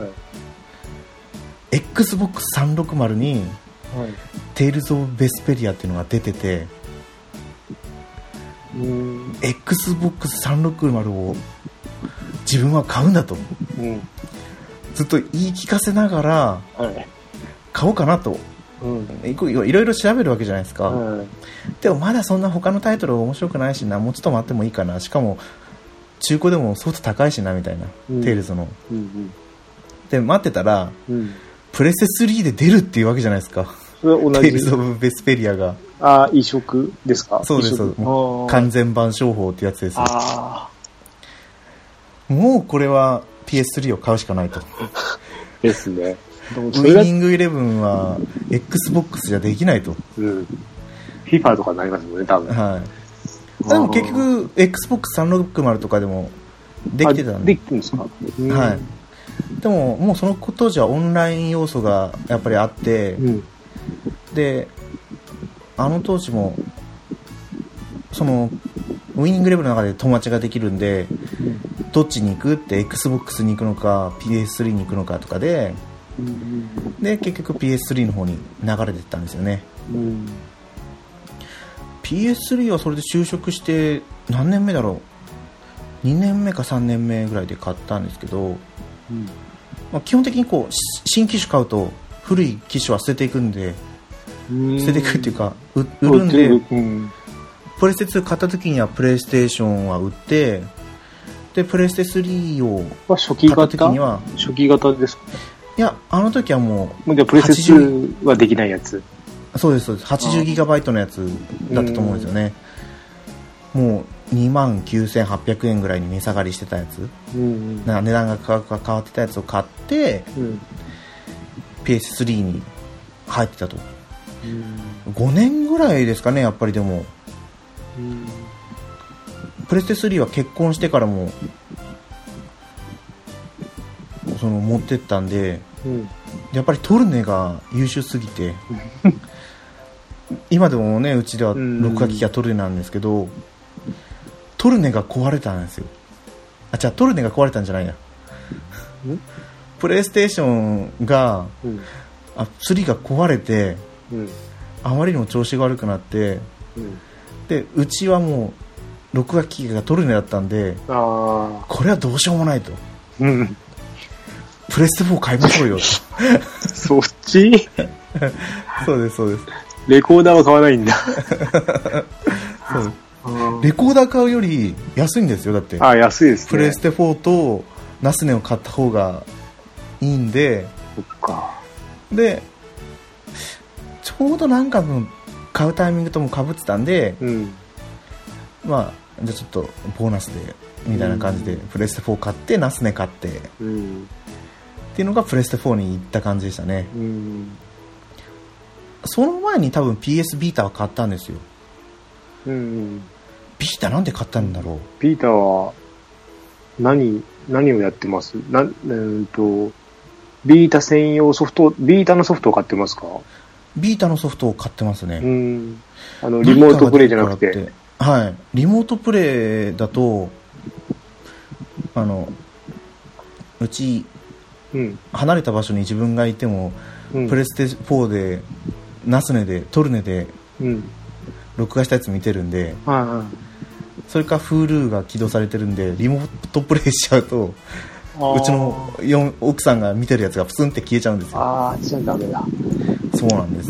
、Xbox360 に、はい、テイルズ・オブ・ベスペリアっていうのが出てて、Xbox360 を自分は買うんだと、ずっと言い聞かせながら買おうかなと、いろいろ調べるわけじゃないですか、でもまだそんな他のタイトル面白くないしな、もうちょっと待ってもいいかな、しかも中古でもソフト高いしなみたいな、テイルズの、で待ってたら、プレステ3で出るっていうわけじゃないですか、テイルズ・オブ・ベスペリアが。 移植ですか？ そうです、もう完全版商法ってやつです。もうこれは PS3 を買うしかないとですね。 ウィニング11は Xbox じゃできないと、 FIFA とかになりますもんね、多分。はい、 でも結局 Xbox360 とかでもできてたんで。 できてるんですか？ はい。でももうその当時はオンライン要素がやっぱりあって、であの当時もそのウィニングレベルの中で友達ができるんで、どっちに行くって Xbox に行くのか PS3 に行くのかとかで、で結局 PS3 の方に流れてったんですよね、PS3 はそれで就職して何年目だろう、2年目か3年目ぐらいで買ったんですけど、基本的にこう新機種買うと古い機種は捨てていくんで、捨てていくっていうか売るんで、プレステ2買った時にはプレイステーションは売って、でプレステ3を買った時には初期型ですか？ いや、あの時はもうプレステ2はできないやつ。 そうですそうです。80GB のやつだったと思うんですよね。もう29,800円ぐらいに値下がりしてたやつ、値段が変わってたやつを買って、PS3 に入ってたと。5年ぐらいですかね、やっぱり。でもプレステ3は結婚してからも持ってったんで、やっぱりトルネが優秀すぎて今でもね、うちでは録画機器はトルネなんですけど、トルネが壊れたんですよ。じゃあトルネが壊れたんじゃないや、プレイステーションが、3が壊れて、あまりにも調子が悪くなって、でうちはもう録画機器がトルネだったんで、これはどうしようもないと、プレステ4買いましょうよとそっちそうですそうです。 レコーダーは買わないんだそうレコーダー買うより安いんですよ。だって安いですね。 プレステ4とナスネを買った方がいいんで。 そっか。 でちょうどなんかの買うタイミングとも被ってたんで、まあじゃあちょっとボーナスでみたいな感じで、プレステ4買ってナスネ買って、っていうのがプレステ4に行った感じでしたね。その前に多分 PS ビータは買ったんですよ。ビータなんで買ったんだろう。 ビータは何をやってます？ビータ専用ソフト、ビータのソフトを買ってますか？ ビータのソフトを買ってますね。 リモートプレイじゃなくて。 はい。リモートプレイだと、うち、離れた場所に自分がいても、プレステ4で、ナスネで、トルネで、録画したやつ見てるんで、それか Hulu が起動されてるんで、リモートプレイしちゃうと、うちの奥さんが見てるやつがプツンって消えちゃうんですよ。 じゃあダメだ。 そうなんです。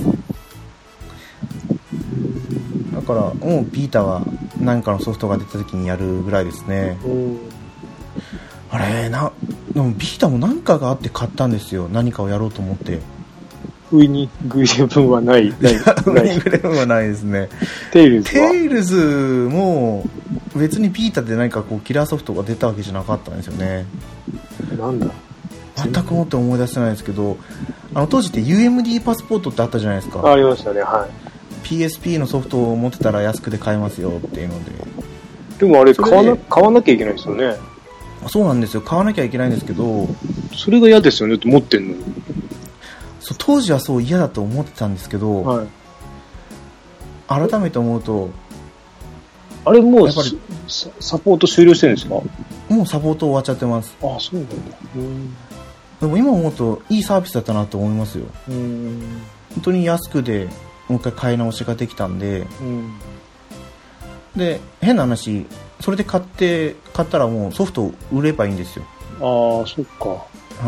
だからもうビータは何かのソフトが出た時にやるぐらいですね。あれでもビータも何かがあって買ったんですよ。何かをやろうと思って。 ウィニングイレブンはない。ウィニングイレブンはないですね。 テイルズも別にビータで何かこうキラーソフトが出たわけじゃなかったんですよね。 なんだ。 全くもって思い出せないですけど、当時って UMD パスポートってあったじゃないですか。 ありましたね。はい。 PSP のソフトを持ってたら安くで買えますよっていうので。 でもあれ買わなきゃいけないですよね。 そうなんですよ。買わなきゃいけないんですけど、 それが嫌ですよね。持ってんのに。 そう、当時はそう嫌だと思ってたんですけど、改めて思うと、 あれもうサポート終了してるんですか？ もうサポート終わっちゃってます。 そうなんだ。 でも今思うといいサービスだったなと思いますよ。本当に安くでもう一回買い直しができたんで、で変な話、それで買ったらもうソフト売ればいいんですよ。 そっか。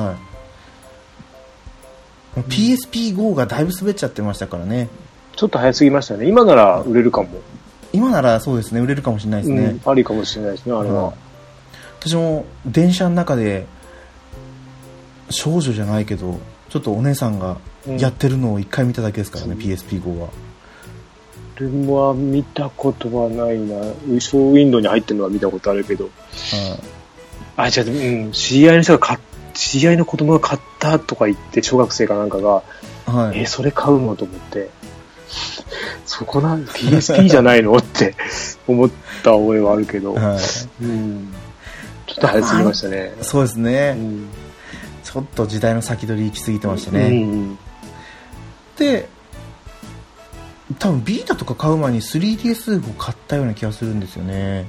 PSP GO がだいぶ滑っちゃってましたからね。 ちょっと早すぎましたね。今なら売れるかも。 今ならそうですね、売れるかもしれないですね。 ありかもしれないですね、あれは。 私も電車の中で少女じゃないけどちょっとお姉さんがやってるのを一回見ただけですからね、PSP GO は。 俺は見たことはないな。ショーウィンドウに入ってるのは見たことあるけど。じゃあ、知り合いの子供が買ったとか言って、小学生かなんかが、それ買うのと思って、そこPSP じゃないのって思った覚えはあるけど、ちょっと早すぎましたね。 そうですね。ちょっと時代の先取り行き過ぎてましたね。で、多分ビータとか買う前に 3DS を買ったような気がするんですよね。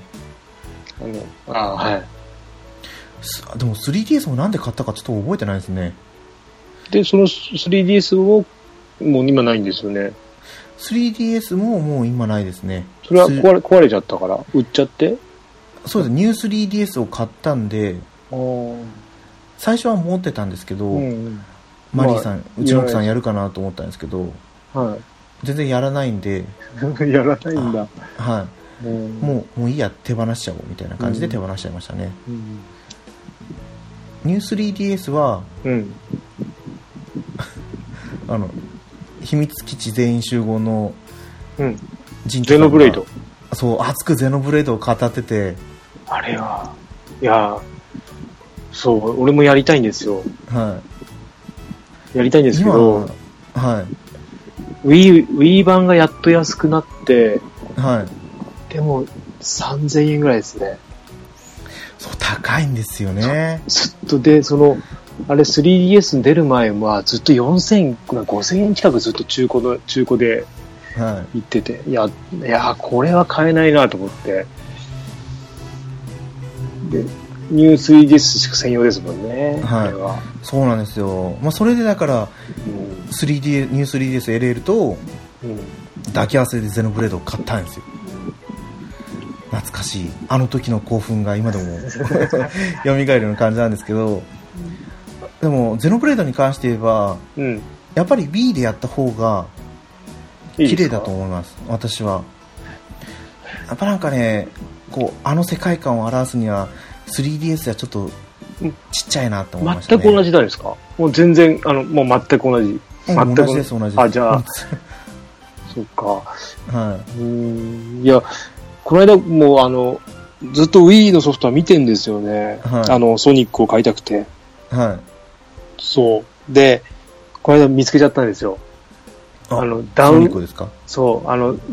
でも 3DS もなんで買ったかちょっと覚えてないですね。 で、その 3DS をもう今ないんですよね。 3DS ももう今ないですね。 それは壊れちゃったから売っちゃって？ そうです。ニュー 3DS を買ったんで、最初は持ってたんですけど、マリーさん、うちの奥さんやるかなと思ったんですけど、全然やらないんでやらないんだ。 もういいや、手放しちゃおうみたいな感じで手放しちゃいましたね。ニュー 3DS は、 秘密基地全員集合の、 ゼノブレイド。 そう、熱くゼノブレイドを語ってて。 あれは、いや、そう、俺もやりたいんですよ。 はい。 やりたいんですけど、 はい。 Wii 版がやっと安くなって、 はい。 でも、3000円ぐらいですね。 そう、高いんですよね。 ずっとで、あれ 3DS に出る前はずっと5000円近くずっと中古で行ってて、いや、これは買えないなと思って。で、ニュー 3DS 専用ですもんね。 はい。そうなんですよ。まあ、それでだから、ニュー 3DS LL と、抱き合わせでゼノブレードを買ったんですよ。懐かしい。あの時の興奮が今でも蘇るような感じなんですけど、でもゼノブレードに関して言えば、やっぱり Wii でやった方が綺麗だと思います。私はやっぱなんかね、こうあの世界観を表すには 3DS はちょっとちっちゃいなと思いましたね。 全く同じなんですか？もう全然もう全く同じ。 同じです同じです。 あ、じゃあそっか。 はい。 いや、この間もうずっと Wii のソフトは見てんですよね。はい、ソニックを買いたくて。 はい。 そう。で、この間見つけちゃったんですよ。 ソニックですか？ そう。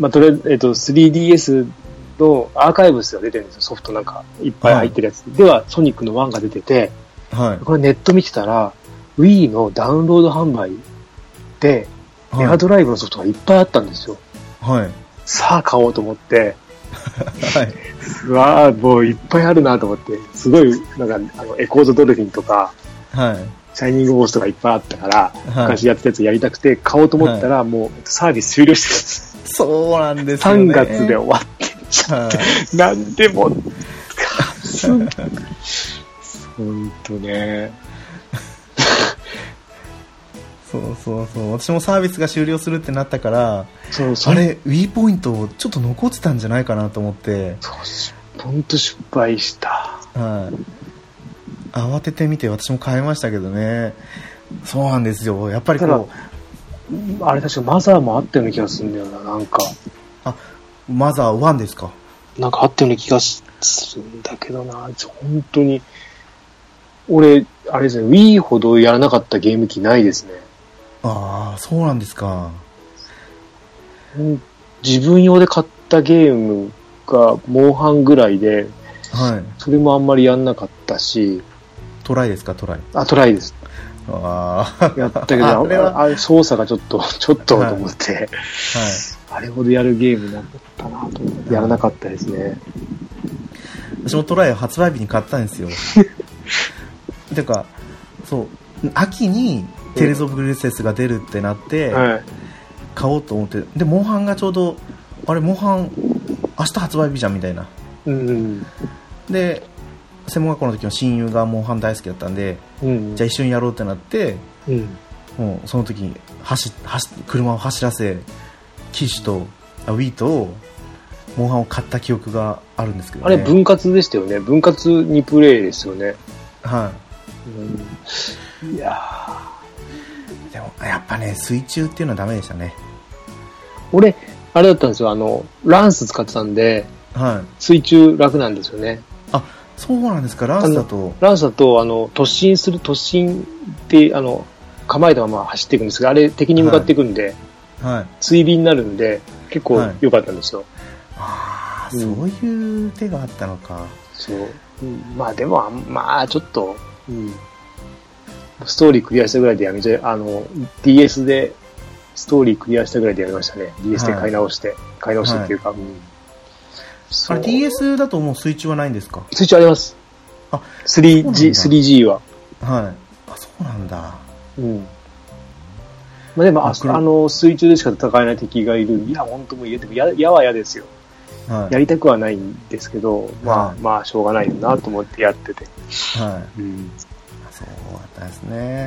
とりあえず、3DS のアーカイブスが出てるんですよ。ソフトなんかいっぱい入ってるやつ。では、ソニックの1が出てて、 はい。 これネット見てたら、Wii のダウンロード販売で、エアドライブのソフトがいっぱいあったんですよ。 はい。 さあ買おうと思って、 はい。 うわー、もういっぱいあるなと思って、すごい、なんか、エコードドルフィンとか、 はい。 シャイニングボースとかいっぱいあったから、昔やってたやつやりたくて買おうと思ったら、もうサービス終了してた。そうなんですよね。 3月で終わってちゃって、なんでも、ほんとね。 そう。私もサービスが終了するってなったから、あれ、Wii ポイントちょっと残ってたんじゃないかなと思って。 ほんと失敗した。 はい。慌ててみて私も買いましたけどね。そうなんですよ。やっぱりこう、あれ確かマザーもあったような気がするんだよな、なんか。 あ、マザー1ですか？ なんかあったような気がするんだけどな、本当に。俺、あれですね、Wii ほどやらなかったゲーム機ないですね。 ああ、そうなんですか。 自分用で買ったゲームがモンハンぐらいで、 はい。 それもあんまりやんなかったし。 トライですか？トライ。 あ、トライです。 ああ。 やったけど、あれ操作がちょっとと思って、はい。あれほどやるゲームなかったなと思って、やらなかったですね。 私もトライを発売日に買ったんですよ。てか、そう、秋にテレーズ・オブ・グレセスが出るってなって、買おうと思って、で、モンハンがちょうど、あれ、モンハン、明日発売日じゃんみたいな。で、専門学校の時の親友がモンハン大好きだったんで、じゃあ一緒にやろうってなって、もうその時に車を走らせ、機種とWii とモンハンを買った記憶があるんですけどね。 あれ分割でしたよね。分割2プレイですよね。 はい。 いやでもやっぱね、水中っていうのはダメでしたね。 俺あれだったんですよ。ランス使ってたんで、 はい、 水中楽なんですよね。 あ、そうなんですか。ランスだと突進って構えたまま走っていくんですが、あれ敵に向かっていくんで、 はい、 追尾になるんで結構良かったんですよ。 ああ、そういう手があったのか。 そう。まあでもちょっと、ストーリークリアしたぐらいでやめちゃDS でストーリークリアしたぐらいでやめましたね。DS で買い直してっていうか、 あれ DS だともう水中はないんですか？ 水中あります。あ、3G は。 はい。あ、そうなんだ。 まあでも水中でしか戦えない敵がいる。いや本当もう嫌は嫌ですよ。はい、やりたくはないんですけど、まあしょうがないよなと思ってやってて。 はい。そうだったんですね。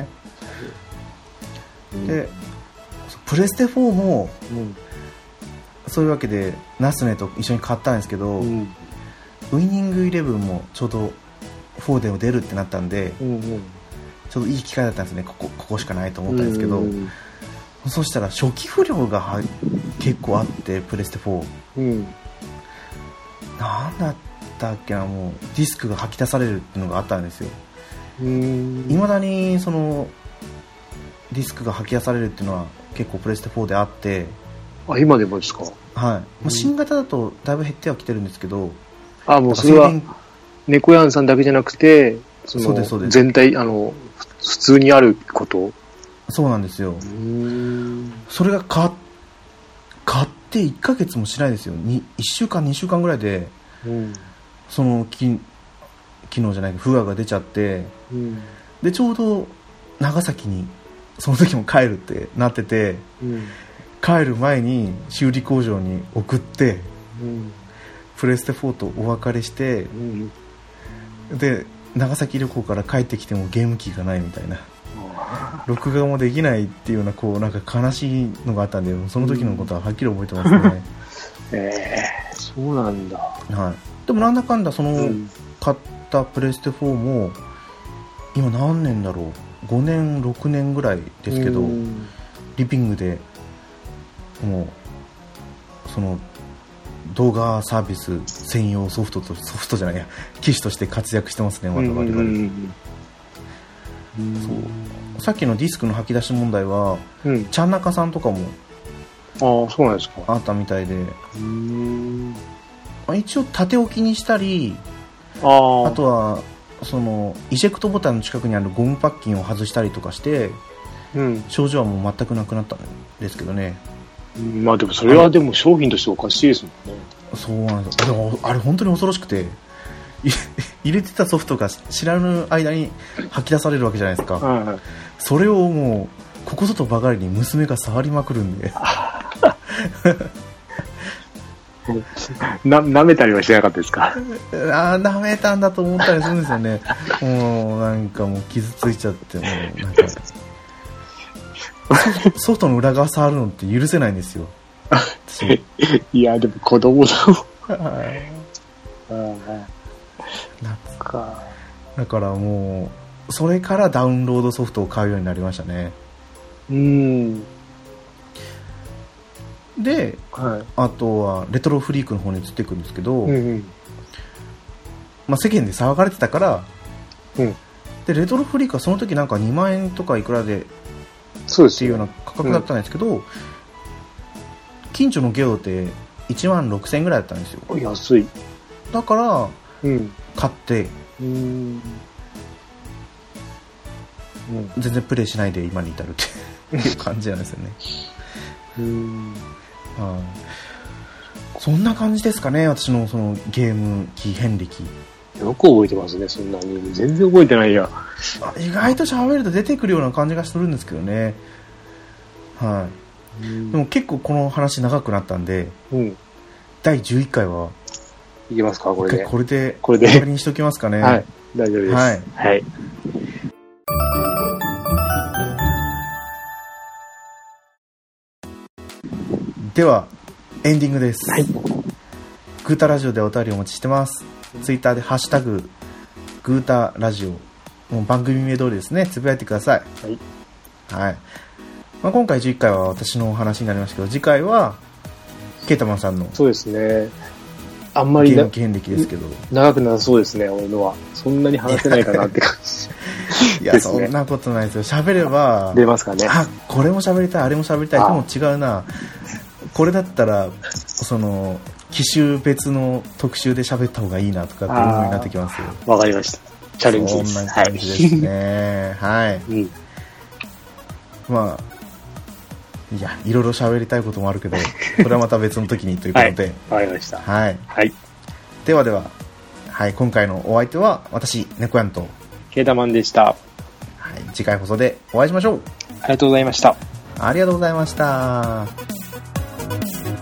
で、プレステ4も、そういうわけでナスネと一緒に買ったんですけど、ウイニングイレブンもちょうど4でも出るってなったんで、ちょうどいい機会だったんですね。ここしかないと思ったんですけど、 そしたら初期不良が結構あって、プレステ4、うん、なんだったっけな、もうディスクが吐き出されるっていうのがあったんですよ。いまだにそのディスクが吐き出されるっていうのは結構プレステ4であって。 あ、今でもですか？はい、 まあ、新型だとだいぶ減ってはきてるんですけど、 もうそれは猫やんさんだけじゃなくて、 そうですそうです、 全体普通にあること。 そうなんですよ。それが買って1ヶ月もしないですよ。1週間2週間ぐらいで、その機能じゃないけど不具合が出ちゃって、でちょうど長崎にその時も帰るってなってて、帰る前に修理工場に送って、プレステ4とお別れして、で長崎旅行から帰ってきてもゲーム機がないみたいな、録画もできないっていうような、こうなんか悲しいのがあったんで、その時のことははっきり覚えてますね。 そうなんだ。 はい。でもなんだかんだその買ったプレステ4も今何年だろう、5年6年ぐらいですけど、リビングでもうその動画サービス専用ソフトじゃないや、機種として活躍してますね、またバリバリ。そう、さっきのディスクの吐き出し問題は、ちゃんなかさんとかもそうなんですか、 あったみたいで、一応縦置きにしたり、あとはそのイジェクトボタンの近くにあるゴムパッキンを外したりとかして、症状はもう全くなくなったんですけどね。 まあでもそれはでも商品としておかしいですもんね。 そうなんですよ。でもあれ本当に恐ろしくて、入れてたソフトが知らぬ間に吐き出されるわけじゃないですか。それをもうここぞとばかりに娘が触りまくるんで舐めたりはしなかったですか？ 舐めたんだと思ったりするんですよね。もうなんかもう傷ついちゃって、もうなんかソフトの裏側触るのって許せないんですよ。 いやでも子供だもん。 だからもうそれからダウンロードソフトを買うようになりましたね。で、あとはレトロフリークの方に移っていくんですけど、まあ、世間で騒がれてたから、でレトロフリークはその時なんか2万円とかいくらでっていうような価格だったんですけど、近所のゲオで1万6000円ぐらいだったんですよ。 安い。 だから、買って、全然プレイしないで今に至るっていう感じなんですよね。そんな感じですかね、私のそのゲーム機遍歴。 よく覚えてますね、そんなに。全然覚えてないや。 意外と喋ると出てくるような感じがするんですけどね。でも結構この話長くなったんで、第11回はいきますか、これで。 これで終わりにしときますかね。 はい、大丈夫です。はい。 ではエンディングです。グータラジオでお便りお待ちしてます。ツイッターでハッシュタググータラジオ、もう番組名通りですね、つぶやいてください。まあ、今回11回は私のお話になりましたけど、次回はケータマンさんの、 そうですね、あんまりゲーム遍歴ですけど、 長くなさそうですね、俺のは。そんなに話せないかなって感じ。 いや、そんなことないですよ。喋れば出ますかね。 これも喋りたい、あれも喋りたい、でも違うな、これだったらその機種別の特集で喋った方がいいなとかっていう風になってきますよ。 わかりました。チャレンジです。 そんな感じですね。まあいや、いろいろ喋りたいこともあるけど、それはまた別の時にということで。 わかりました。 ではでは、今回のお相手は私、猫やんとケータマンでした。 次回放送でお会いしましょう。 ありがとうございました。 ありがとうございました。